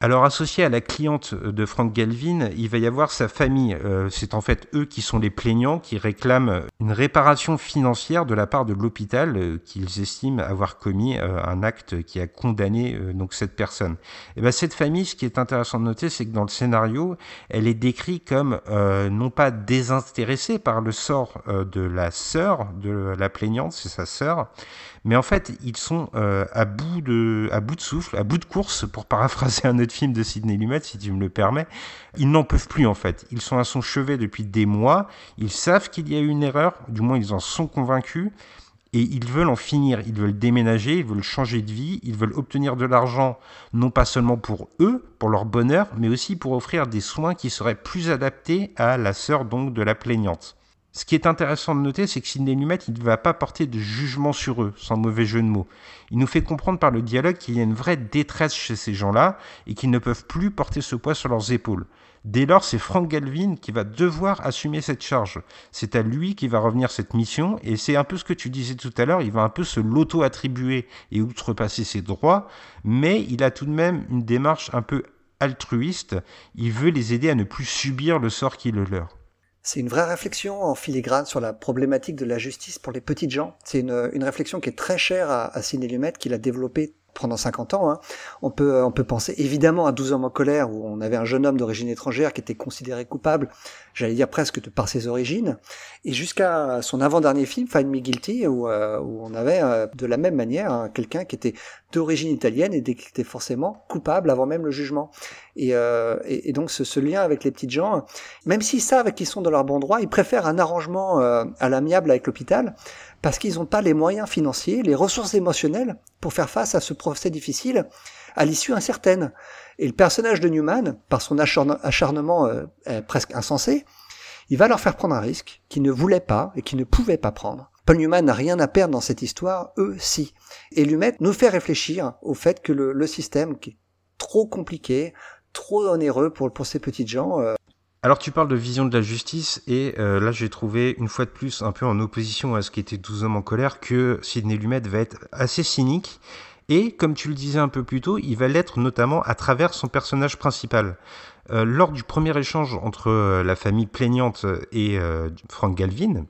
Alors, associé à la cliente de Frank Galvin, il va y avoir sa famille. C'est en fait eux qui sont les plaignants, qui réclament une réparation financière de la part de l'hôpital qu'ils estiment avoir commis un acte qui a condamné donc cette personne. Et ben, cette famille, ce qui est intéressant de noter, c'est que dans le scénario, elle est décrite comme non pas désintéressée par le sort de la sœur de la plaignante, c'est sa sœur, mais en fait, ils sont à bout de souffle, à bout de course, pour paraphraser un autre film de Sidney Lumet, si tu me le permets. Ils n'en peuvent plus, en fait. Ils sont à son chevet depuis des mois. Ils savent qu'il y a eu une erreur, du moins ils en sont convaincus, et ils veulent en finir. Ils veulent déménager, ils veulent changer de vie, ils veulent obtenir de l'argent, non pas seulement pour eux, pour leur bonheur, mais aussi pour offrir des soins qui seraient plus adaptés à la sœur donc de la plaignante. Ce qui est intéressant de noter, c'est que Sidney Lumet, il ne va pas porter de jugement sur eux, sans mauvais jeu de mots. Il nous fait comprendre par le dialogue qu'il y a une vraie détresse chez ces gens-là et qu'ils ne peuvent plus porter ce poids sur leurs épaules. Dès lors, c'est Frank Galvin qui va devoir assumer cette charge. C'est à lui qui va revenir cette mission, et c'est un peu ce que tu disais tout à l'heure, il va un peu se l'auto-attribuer et outrepasser ses droits, mais il a tout de même une démarche un peu altruiste. Il veut les aider à ne plus subir le sort qui est le leur. C'est une vraie réflexion en filigrane sur la problématique de la justice pour les petites gens. C'est une réflexion qui est très chère à Sidney Lumet, qu'il a développée pendant 50 ans. On peut penser évidemment à 12 hommes en colère, où on avait un jeune homme d'origine étrangère qui était considéré coupable, j'allais dire presque par ses origines, et jusqu'à son avant-dernier film, Find Me Guilty, où on avait de la même manière quelqu'un qui était d'origine italienne et qui était forcément coupable avant même le jugement. Et donc ce lien avec les petites gens, même s'ils savent qu'ils sont dans leur bon droit, ils préfèrent un arrangement à l'amiable avec l'hôpital, parce qu'ils n'ont pas les moyens financiers, les ressources émotionnelles pour faire face à ce procès difficile à l'issue incertaine. Et le personnage de Newman, par son acharnement presque insensé, il va leur faire prendre un risque qu'ils ne voulaient pas et qu'ils ne pouvaient pas prendre. Paul Newman n'a rien à perdre dans cette histoire, eux si. Et Lumet nous fait réfléchir au fait que le système qui est trop compliqué, trop onéreux pour ces petites gens. Alors tu parles de vision de la justice, et là j'ai trouvé une fois de plus, un peu en opposition à ce qui était 12 hommes en colère, que Sidney Lumet va être assez cynique, et comme tu le disais un peu plus tôt, il va l'être notamment à travers son personnage principal. Lors du premier échange entre la famille plaignante et Frank Galvin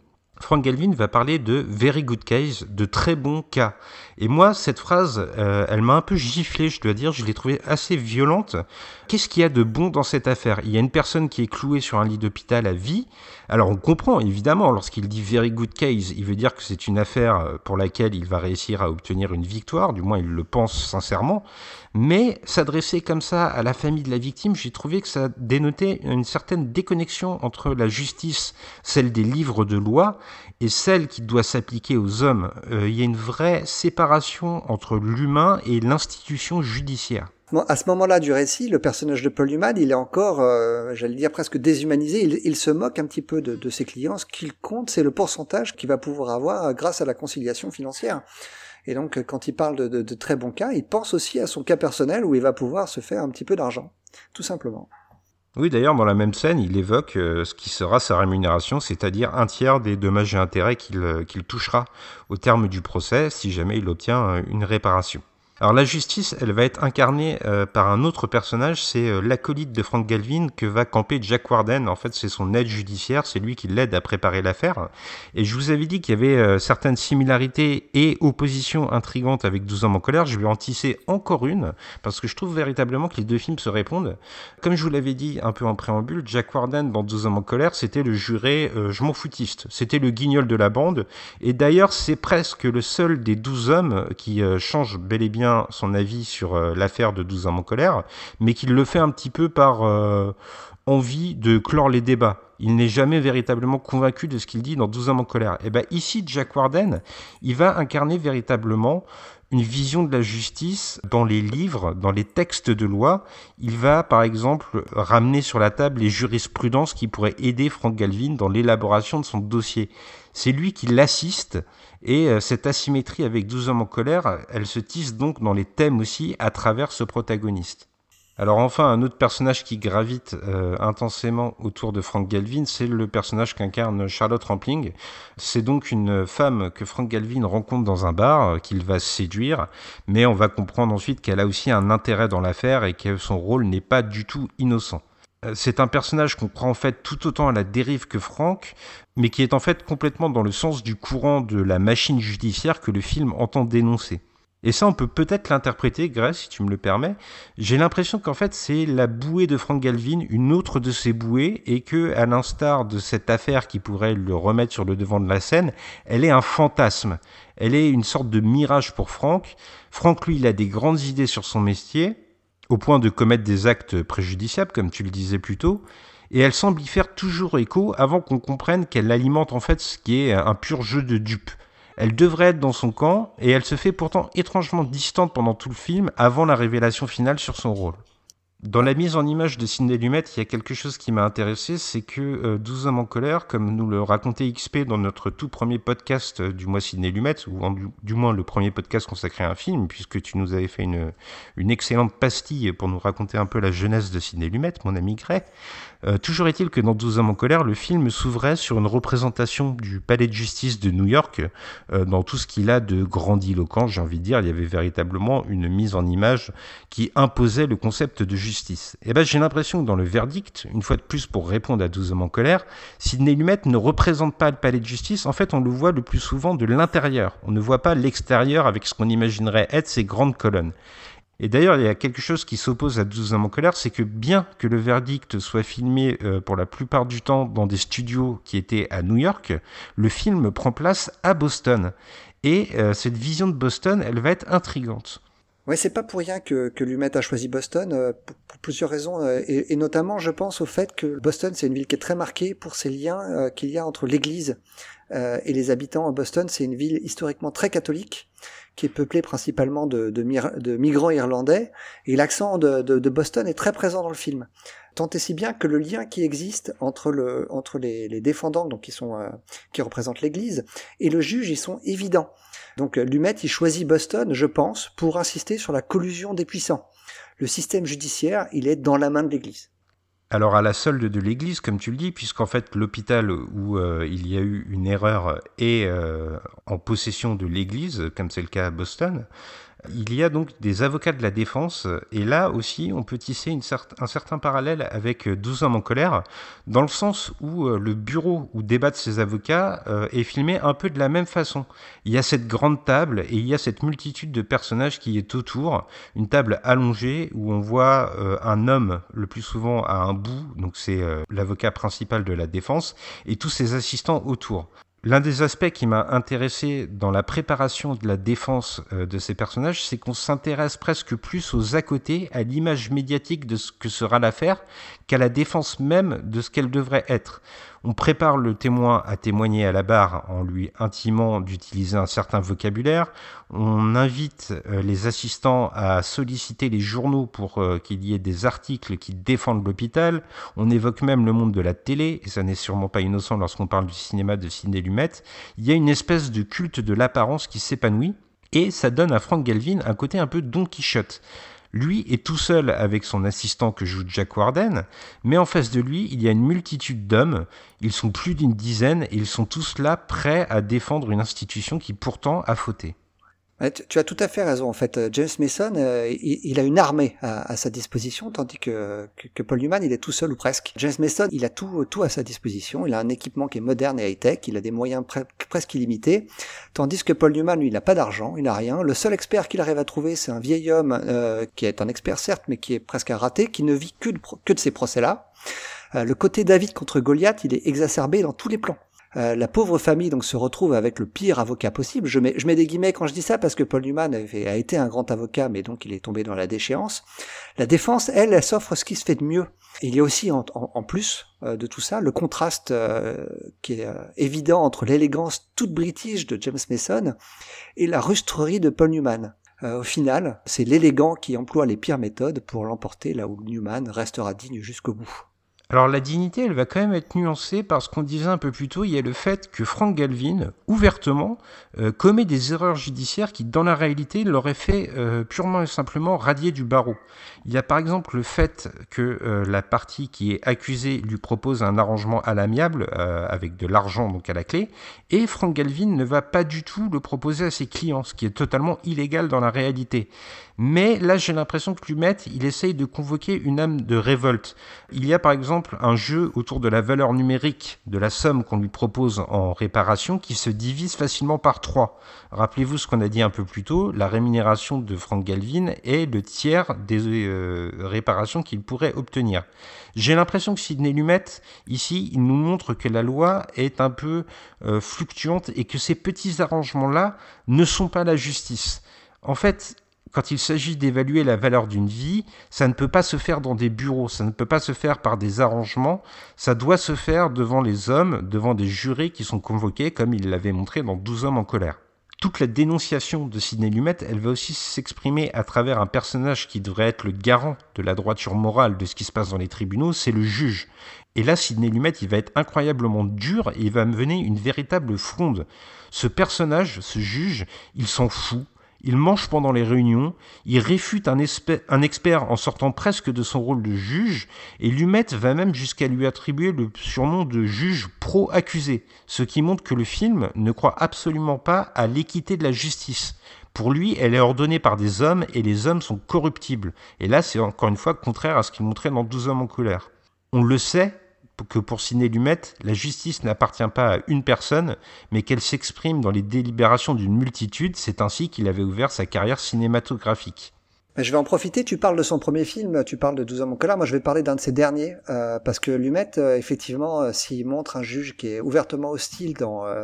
va parler de very good case, de très bons cas. Et moi, cette phrase, elle m'a un peu giflé, je dois dire, je l'ai trouvée assez violente. Qu'est-ce qu'il y a de bon dans cette affaire ? Il y a une personne qui est clouée sur un lit d'hôpital à vie. Alors on comprend, évidemment, lorsqu'il dit very good case, il veut dire que c'est une affaire pour laquelle il va réussir à obtenir une victoire, du moins il le pense sincèrement. Mais s'adresser comme ça à la famille de la victime, j'ai trouvé que ça dénotait une certaine déconnexion entre la justice, celle des livres de loi, et celle qui doit s'appliquer aux hommes. Il y a une vraie séparation entre l'humain et l'institution judiciaire. À ce moment-là du récit, le personnage de Paul Newman, il est encore, j'allais dire presque déshumanisé. Il se moque un petit peu de ses clients. Ce qu'il compte, c'est le pourcentage qu'il va pouvoir avoir grâce à la conciliation financière. Et donc, quand il parle de très bons cas, il pense aussi à son cas personnel où il va pouvoir se faire un petit peu d'argent, tout simplement. Oui, d'ailleurs, dans la même scène, il évoque ce qui sera sa rémunération, c'est-à-dire un tiers des dommages et intérêts qu'il touchera au terme du procès, si jamais il obtient une réparation. Alors la justice, elle va être incarnée par un autre personnage, c'est l'acolyte de Frank Galvin que va camper Jack Warden. En fait, c'est son aide judiciaire, c'est lui qui l'aide à préparer l'affaire. Et je vous avais dit qu'il y avait certaines similarités et oppositions intrigantes avec 12 hommes en colère. Je vais en tisser encore une, parce que je trouve véritablement que les deux films se répondent. Comme je vous l'avais dit un peu en préambule, Jack Warden dans 12 hommes en colère, c'était le juré je m'en foutiste. C'était le guignol de la bande. Et d'ailleurs, c'est presque le seul des 12 hommes qui change bel et bien son avis sur l'affaire de 12 hommes en colère, mais qu'il le fait un petit peu par envie de clore les débats. Il n'est jamais véritablement convaincu de ce qu'il dit dans 12 hommes en colère. Et bien ici, Jack Warden, il va incarner véritablement une vision de la justice dans les livres, dans les textes de loi. Il va, par exemple, ramener sur la table les jurisprudences qui pourraient aider Frank Galvin dans l'élaboration de son dossier. C'est lui qui l'assiste, et cette asymétrie avec 12 hommes en colère, elle se tisse donc dans les thèmes aussi à travers ce protagoniste. Alors enfin, un autre personnage qui gravite intensément autour de Frank Galvin, c'est le personnage qu'incarne Charlotte Rampling. C'est donc une femme que Frank Galvin rencontre dans un bar, qu'il va séduire, mais on va comprendre ensuite qu'elle a aussi un intérêt dans l'affaire et que son rôle n'est pas du tout innocent. C'est un personnage qu'on croit en fait tout autant à la dérive que Frank, mais qui est en fait complètement dans le sens du courant de la machine judiciaire que le film entend dénoncer. Et ça, on peut peut-être l'interpréter, Greg, si tu me le permets. J'ai l'impression qu'en fait, c'est la bouée de Frank Galvin, une autre de ses bouées, et que, à l'instar de cette affaire qui pourrait le remettre sur le devant de la scène, elle est un fantasme. Elle est une sorte de mirage pour Frank. Frank, lui, il a des grandes idées sur son métier, au point de commettre des actes préjudiciables, comme tu le disais plus tôt, et elle semble y faire toujours écho avant qu'on comprenne qu'elle alimente en fait ce qui est un pur jeu de dupes. Elle devrait être dans son camp, et elle se fait pourtant étrangement distante pendant tout le film, avant la révélation finale sur son rôle. Dans la mise en image de Sidney Lumet, il y a quelque chose qui m'a intéressé, c'est que 12 hommes en colère, comme nous le racontait XP dans notre tout premier podcast du mois Sidney Lumet, ou du moins le premier podcast consacré à un film, puisque tu nous avais fait une excellente pastille pour nous raconter un peu la jeunesse de Sidney Lumet, mon ami Gray. Toujours est-il que dans 12 hommes en colère, le film s'ouvrait sur une représentation du palais de justice de New York, dans tout ce qu'il a de grandiloquent, j'ai envie de dire. Il y avait véritablement une mise en image qui imposait le concept de justice. Et ben, j'ai l'impression que dans le verdict, une fois de plus pour répondre à 12 hommes en colère, Sidney Lumet ne représente pas le palais de justice. En fait, on le voit le plus souvent de l'intérieur. On ne voit pas l'extérieur avec ce qu'on imaginerait être ces grandes colonnes. Et d'ailleurs, il y a quelque chose qui s'oppose à 12 hommes en colère, c'est que bien que le verdict soit filmé pour la plupart du temps dans des studios qui étaient à New York, le film prend place à Boston. Et cette vision de Boston, elle va être intrigante. Ouais, c'est pas pour rien que Lumet a choisi Boston, pour plusieurs raisons, et notamment, je pense au fait que Boston, c'est une ville qui est très marquée pour ses liens qu'il y a entre l'église et les habitants. Boston, c'est une ville historiquement très catholique, qui est peuplée principalement de migrants irlandais, et l'accent de Boston est très présent dans le film. Tant et si bien que le lien qui existe entre les défendants, donc qui représentent l'église, et le juge, ils sont évidents. Donc Lumet, il choisit Boston, je pense, pour insister sur la collusion des puissants. Le système judiciaire, il est dans la main de l'église. Alors à la solde de l'église, comme tu le dis, puisqu'en fait l'hôpital où il y a eu une erreur est en possession de l'église, comme c'est le cas à Boston, il y a donc des avocats de la défense, et là aussi on peut tisser un certain parallèle avec 12 hommes en colère, dans le sens où le bureau où débattent ces avocats est filmé un peu de la même façon. Il y a cette grande table et il y a cette multitude de personnages qui est autour, une table allongée où on voit un homme le plus souvent à un bout, donc c'est l'avocat principal de la défense, et tous ses assistants autour. L'un des aspects qui m'a intéressé dans la préparation de la défense de ces personnages, c'est qu'on s'intéresse presque plus aux à-côtés, à l'image médiatique de ce que sera l'affaire, qu'à la défense même de ce qu'elle devrait être. On prépare le témoin à témoigner à la barre en lui intimant d'utiliser un certain vocabulaire. On invite les assistants à solliciter les journaux pour qu'il y ait des articles qui défendent l'hôpital. On évoque même le monde de la télé, et ça n'est sûrement pas innocent lorsqu'on parle du cinéma de Sidney Lumet. Il y a une espèce de culte de l'apparence qui s'épanouit, et ça donne à Frank Galvin un côté un peu Don Quichotte. Lui est tout seul avec son assistant que joue Jack Warden, mais en face de lui, il y a une multitude d'hommes. Ils sont plus d'une dizaine et ils sont tous là prêts à défendre une institution qui pourtant a fauté. Tu as tout à fait raison. En fait, James Mason, il a une armée à sa disposition, tandis que Paul Newman, il est tout seul ou presque. James Mason, il a tout à sa disposition. Il a un équipement qui est moderne et high-tech. Il a des moyens presque illimités. Tandis que Paul Newman, lui, il n'a pas d'argent, il n'a rien. Le seul expert qu'il arrive à trouver, c'est un vieil homme qui est un expert certes, mais qui est presque un raté, qui ne vit que de ces procès-là. Le côté David contre Goliath, il est exacerbé dans tous les plans. La pauvre famille donc se retrouve avec le pire avocat possible. Je mets des guillemets quand je dis ça parce que Paul Newman a été un grand avocat, mais donc il est tombé dans la déchéance. La défense, elle s'offre ce qui se fait de mieux. Et il y a aussi en plus de tout ça le contraste qui est évident entre l'élégance toute british de James Mason et la rustrerie de Paul Newman. Au final, c'est l'élégant qui emploie les pires méthodes pour l'emporter là où Newman restera digne jusqu'au bout. Alors la dignité, elle va quand même être nuancée parce qu'on disait un peu plus tôt, il y a le fait que Frank Galvin, ouvertement, commet des erreurs judiciaires qui, dans la réalité, l'auraient fait purement et simplement radier du barreau. Il y a par exemple le fait que la partie qui est accusée lui propose un arrangement à l'amiable, avec de l'argent donc à la clé, et Frank Galvin ne va pas du tout le proposer à ses clients, ce qui est totalement illégal dans la réalité. Mais là, j'ai l'impression que Lumet, il essaye de convoquer une âme de révolte. Il y a par exemple un jeu autour de la valeur numérique de la somme qu'on lui propose en réparation qui se divise facilement par 3. Rappelez-vous ce qu'on a dit un peu plus tôt, la rémunération de Frank Galvin est le tiers des réparations qu'il pourrait obtenir. J'ai l'impression que Sidney Lumet, ici, il nous montre que la loi est un peu fluctuante et que ces petits arrangements-là ne sont pas la justice. En fait, quand il s'agit d'évaluer la valeur d'une vie, ça ne peut pas se faire dans des bureaux, ça ne peut pas se faire par des arrangements, ça doit se faire devant les hommes, devant des jurés qui sont convoqués, comme il l'avait montré dans 12 hommes en colère. Toute la dénonciation de Sidney Lumet, elle va aussi s'exprimer à travers un personnage qui devrait être le garant de la droiture morale de ce qui se passe dans les tribunaux, c'est le juge. Et là, Sidney Lumet, il va être incroyablement dur et il va mener une véritable fronde. Ce personnage, ce juge, il s'en fout. Il mange pendant les réunions, il réfute un expert en sortant presque de son rôle de juge, et Lumet va même jusqu'à lui attribuer le surnom de juge pro-accusé, ce qui montre que le film ne croit absolument pas à l'équité de la justice. Pour lui, elle est ordonnée par des hommes, et les hommes sont corruptibles. Et là, c'est encore une fois contraire à ce qu'il montrait dans 12 hommes en colère. On le sait, que pour Sidney Lumet, la justice n'appartient pas à une personne, mais qu'elle s'exprime dans les délibérations d'une multitude. C'est ainsi qu'il avait ouvert sa carrière cinématographique. Je vais en profiter, tu parles de son premier film, tu parles de 12 hommes en colère, moi je vais parler d'un de ses derniers, parce que Lumet, effectivement, s'il montre un juge qui est ouvertement hostile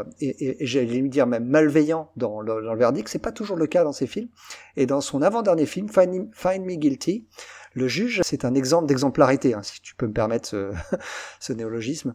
et j'allais lui dire même malveillant dans le verdict, c'est pas toujours le cas dans ses films, et dans son avant-dernier film, Find Me Guilty, le juge, c'est un exemple d'exemplarité, hein, si tu peux me permettre ce néologisme.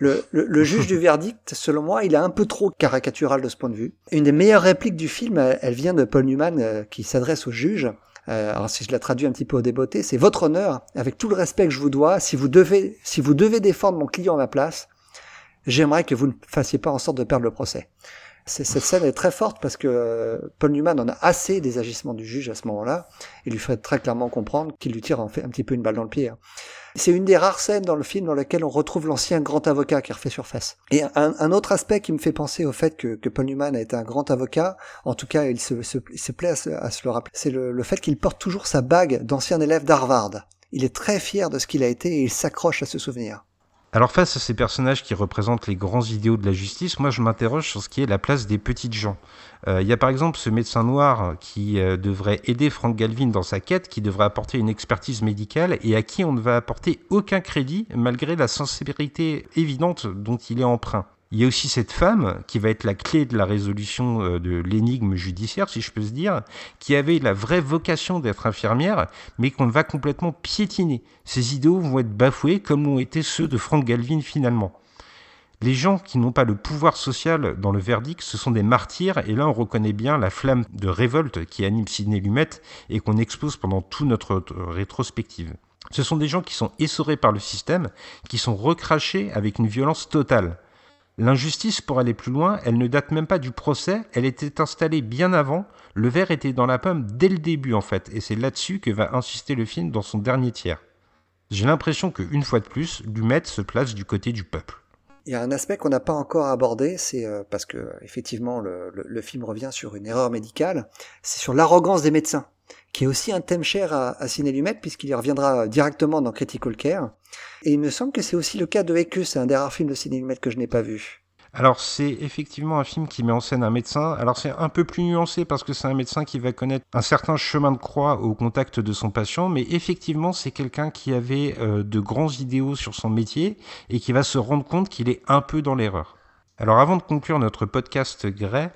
Le juge du verdict, selon moi, il est un peu trop caricatural de ce point de vue. Une des meilleures répliques du film, elle vient de Paul Newman, qui s'adresse au juge. Alors si je la traduis un petit peu au débeauté, c'est votre honneur, avec tout le respect que je vous dois, si vous devez défendre mon client à ma place, j'aimerais que vous ne fassiez pas en sorte de perdre le procès. Cette scène est très forte parce que Paul Newman en a assez des agissements du juge à ce moment-là. Il lui fait très clairement comprendre qu'il lui tire en fait un petit peu une balle dans le pied. C'est une des rares scènes dans le film dans laquelle on retrouve l'ancien grand avocat qui refait surface. Et un autre aspect qui me fait penser au fait que Paul Newman a été un grand avocat, en tout cas il se plaît à se le rappeler, c'est le fait qu'il porte toujours sa bague d'ancien élève d'Harvard. Il est très fier de ce qu'il a été et il s'accroche à ce souvenir. Alors face à ces personnages qui représentent les grands idéaux de la justice, moi je m'interroge sur ce qui est la place des petites gens. Il y a par exemple ce médecin noir qui devrait aider Frank Galvin dans sa quête, qui devrait apporter une expertise médicale et à qui on ne va apporter aucun crédit malgré la sincérité évidente dont il est empreint. Il y a aussi cette femme qui va être la clé de la résolution de l'énigme judiciaire, si je peux se dire, qui avait la vraie vocation d'être infirmière, mais qu'on va complètement piétiner. Ses idéaux vont être bafoués comme l'ont été ceux de Frank Galvin finalement. Les gens qui n'ont pas le pouvoir social dans le verdict, ce sont des martyrs, et là on reconnaît bien la flamme de révolte qui anime Sidney Lumet et qu'on expose pendant toute notre rétrospective. Ce sont des gens qui sont essorés par le système, qui sont recrachés avec une violence totale. L'injustice, pour aller plus loin, elle ne date même pas du procès, elle était installée bien avant, le ver était dans la pomme dès le début en fait, et c'est là-dessus que va insister le film dans son dernier tiers. J'ai l'impression qu'une fois de plus, Lumet se place du côté du peuple. Il y a un aspect qu'on n'a pas encore abordé, c'est parce que effectivement le film revient sur une erreur médicale, c'est sur l'arrogance des médecins, qui est aussi un thème cher à Sidney Lumet, puisqu'il y reviendra directement dans Critical Care. Et il me semble que c'est aussi le cas de Ekus, c'est un des rares films de Sidney Lumet que je n'ai pas vu. Alors c'est effectivement un film qui met en scène un médecin, alors c'est un peu plus nuancé parce que c'est un médecin qui va connaître un certain chemin de croix au contact de son patient, mais effectivement c'est quelqu'un qui avait de grands idéaux sur son métier et qui va se rendre compte qu'il est un peu dans l'erreur. Alors avant de conclure notre podcast Grey,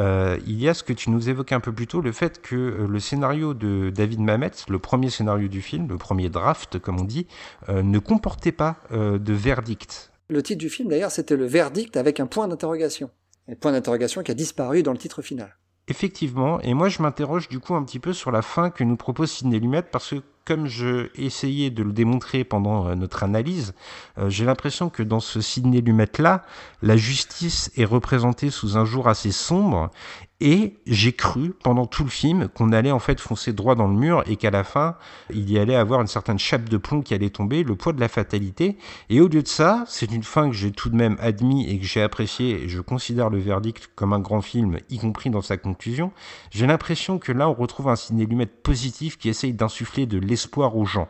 il y a ce que tu nous évoquais un peu plus tôt, le fait que le scénario de David Mamet, le premier scénario du film, le premier draft comme on dit, ne comportait pas de verdict. Le titre du film d'ailleurs c'était le verdict avec un point d'interrogation. Un point d'interrogation qui a disparu dans le titre final. Effectivement, et moi je m'interroge du coup un petit peu sur la fin que nous propose Sidney Lumet parce que comme je essayais de le démontrer pendant notre analyse, j'ai l'impression que dans ce Sidney Lumet-là, la justice est représentée sous un jour assez sombre. Et j'ai cru pendant tout le film qu'on allait en fait foncer droit dans le mur et qu'à la fin, il y allait avoir une certaine chape de plomb qui allait tomber, le poids de la fatalité. Et au lieu de ça, c'est une fin que j'ai tout de même admis et que j'ai appréciée. Et je considère le verdict comme un grand film, y compris dans sa conclusion. J'ai l'impression que là, on retrouve un Sidney Lumet positif qui essaye d'insuffler de l'espoir aux gens.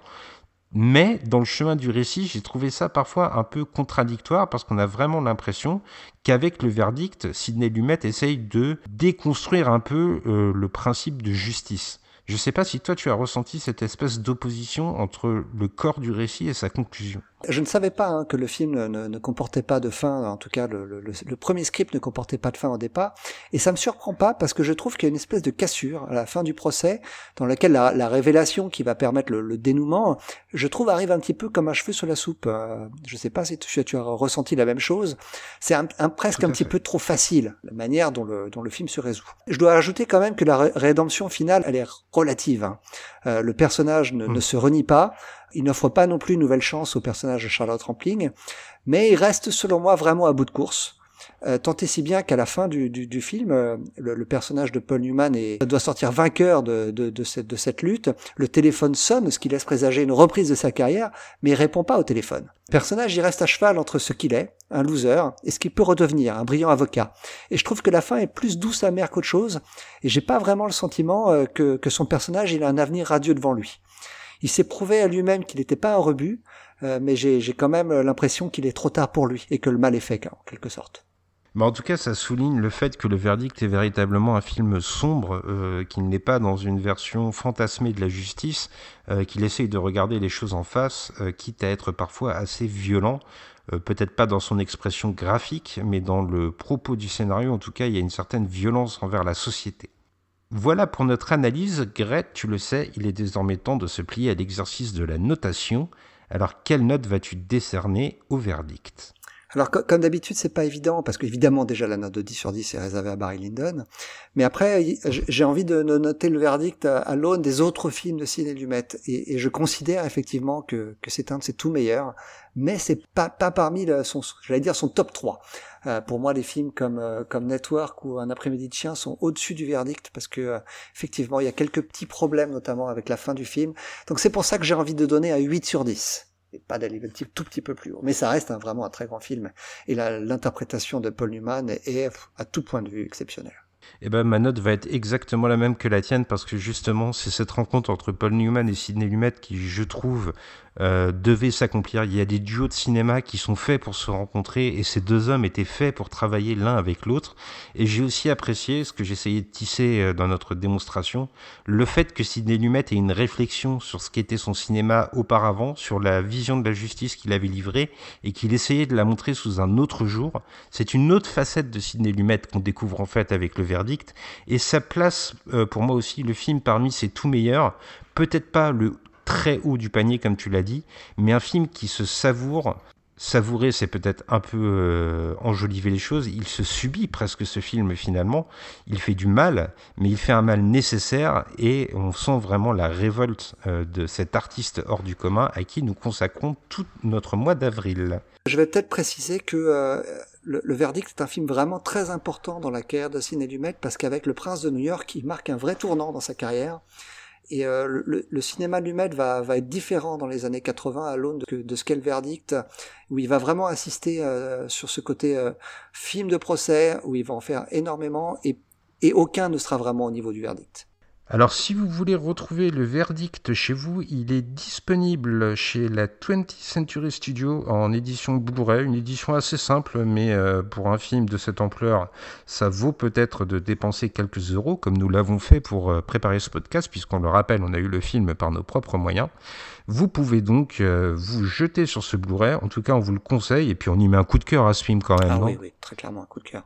Mais dans le chemin du récit, j'ai trouvé ça parfois un peu contradictoire parce qu'on a vraiment l'impression qu'avec le verdict, Sidney Lumet essaye de déconstruire un peu le principe de justice. Je ne sais pas si toi tu as ressenti cette espèce d'opposition entre le corps du récit et sa conclusion. Je ne savais pas que le film ne comportait pas de fin, en tout cas le premier script ne comportait pas de fin au départ, et ça me surprend pas parce que je trouve qu'il y a une espèce de cassure à la fin du procès, dans laquelle la révélation qui va permettre le dénouement, je trouve arrive un petit peu comme un cheveu sur la soupe. Je sais pas si tu as ressenti la même chose, c'est presque un petit peu trop facile, la manière dont le film se résout. Je dois ajouter quand même que la rédemption finale, elle est relative. Le personnage ne se renie pas, il n'offre pas non plus une nouvelle chance au personnage de Charlotte Rampling, mais il reste selon moi vraiment à bout de course. Tant et si bien qu'à la fin du film, le personnage de Paul Newman doit sortir vainqueur de cette lutte. Le téléphone sonne, ce qui laisse présager une reprise de sa carrière, mais il répond pas au téléphone. Le personnage y reste à cheval entre ce qu'il est, un loser, et ce qu'il peut redevenir, un brillant avocat. Et je trouve que la fin est plus douce amère qu'autre chose, et j'ai pas vraiment le sentiment que son personnage il a un avenir radieux devant lui. Il s'est prouvé à lui-même qu'il n'était pas un rebut, mais j'ai quand même l'impression qu'il est trop tard pour lui, et que le mal est fait, en quelque sorte. Mais en tout cas, ça souligne le fait que le verdict est véritablement un film sombre, qu'il n'est pas dans une version fantasmée de la justice, qu'il essaye de regarder les choses en face, quitte à être parfois assez violent, peut-être pas dans son expression graphique, mais dans le propos du scénario, en tout cas, il y a une certaine violence envers la société. Voilà pour notre analyse. Grete, tu le sais, il est désormais temps de se plier à l'exercice de la notation. Alors, quelle note vas-tu décerner au verdict ? Alors, comme d'habitude, c'est pas évident, parce qu'évidemment, déjà, la note de 10 sur 10 est réservée à Barry Lyndon. Mais après, j'ai envie de noter le verdict à l'aune des autres films de Sidney Lumet. Et je considère effectivement que c'est un de ses tout meilleurs, mais c'est pas parmi son top 3. Pour moi, les films comme Network ou Un après-midi de chien sont au-dessus du verdict, parce que, effectivement, il y a quelques petits problèmes, notamment avec la fin du film. Donc c'est pour ça que j'ai envie de donner un 8 sur 10. Et pas d'aller un tout petit peu plus haut. Mais ça reste vraiment un très grand film. Et l'interprétation de Paul Newman est à tout point de vue exceptionnelle. Eh ben, ma note va être exactement la même que la tienne, parce que justement, c'est cette rencontre entre Paul Newman et Sidney Lumet qui, je trouve, devait s'accomplir. Il y a des duos de cinéma qui sont faits pour se rencontrer, et ces deux hommes étaient faits pour travailler l'un avec l'autre. Et j'ai aussi apprécié, ce que j'essayais de tisser dans notre démonstration, le fait que Sidney Lumet ait une réflexion sur ce qu'était son cinéma auparavant, sur la vision de la justice qu'il avait livrée, et qu'il essayait de la montrer sous un autre jour. C'est une autre facette de Sidney Lumet qu'on découvre en fait avec le verdict, et ça place pour moi aussi le film parmi ses tout meilleurs, peut-être pas le très haut du panier comme tu l'as dit, mais un film qui se savoure. Savourer, c'est peut-être un peu enjoliver les choses, il se subit presque ce film finalement, il fait du mal, mais il fait un mal nécessaire, et on sent vraiment la révolte de cet artiste hors du commun à qui nous consacrons tout notre mois d'avril. Je vais peut-être préciser que le verdict est un film vraiment très important dans la carrière de Sidney Lumet, parce qu'avec Le Prince de New York, il marque un vrai tournant dans sa carrière. Et le cinéma de Lumet va être différent dans les années 80 à l'aune de ce qu'est le verdict, où il va vraiment insister sur ce côté film de procès, où il va en faire énormément, et aucun ne sera vraiment au niveau du verdict. Alors si vous voulez retrouver le verdict chez vous, il est disponible chez la 20th Century Studio en édition Blu-ray, une édition assez simple, mais pour un film de cette ampleur, ça vaut peut-être de dépenser quelques euros, comme nous l'avons fait pour préparer ce podcast, puisqu'on le rappelle, on a eu le film par nos propres moyens. Vous pouvez donc vous jeter sur ce Blu-ray, en tout cas on vous le conseille, et puis on y met un coup de cœur à ce film quand même. Ah non ? oui, très clairement un coup de cœur.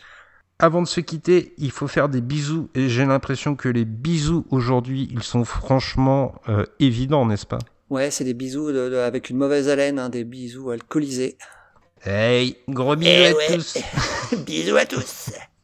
Avant de se quitter, il faut faire des bisous, et j'ai l'impression que les bisous aujourd'hui, ils sont franchement évidents, n'est-ce pas ? Ouais, c'est des bisous avec une mauvaise haleine, des bisous alcoolisés. Hey, gros bisous à tous. Bisous à tous.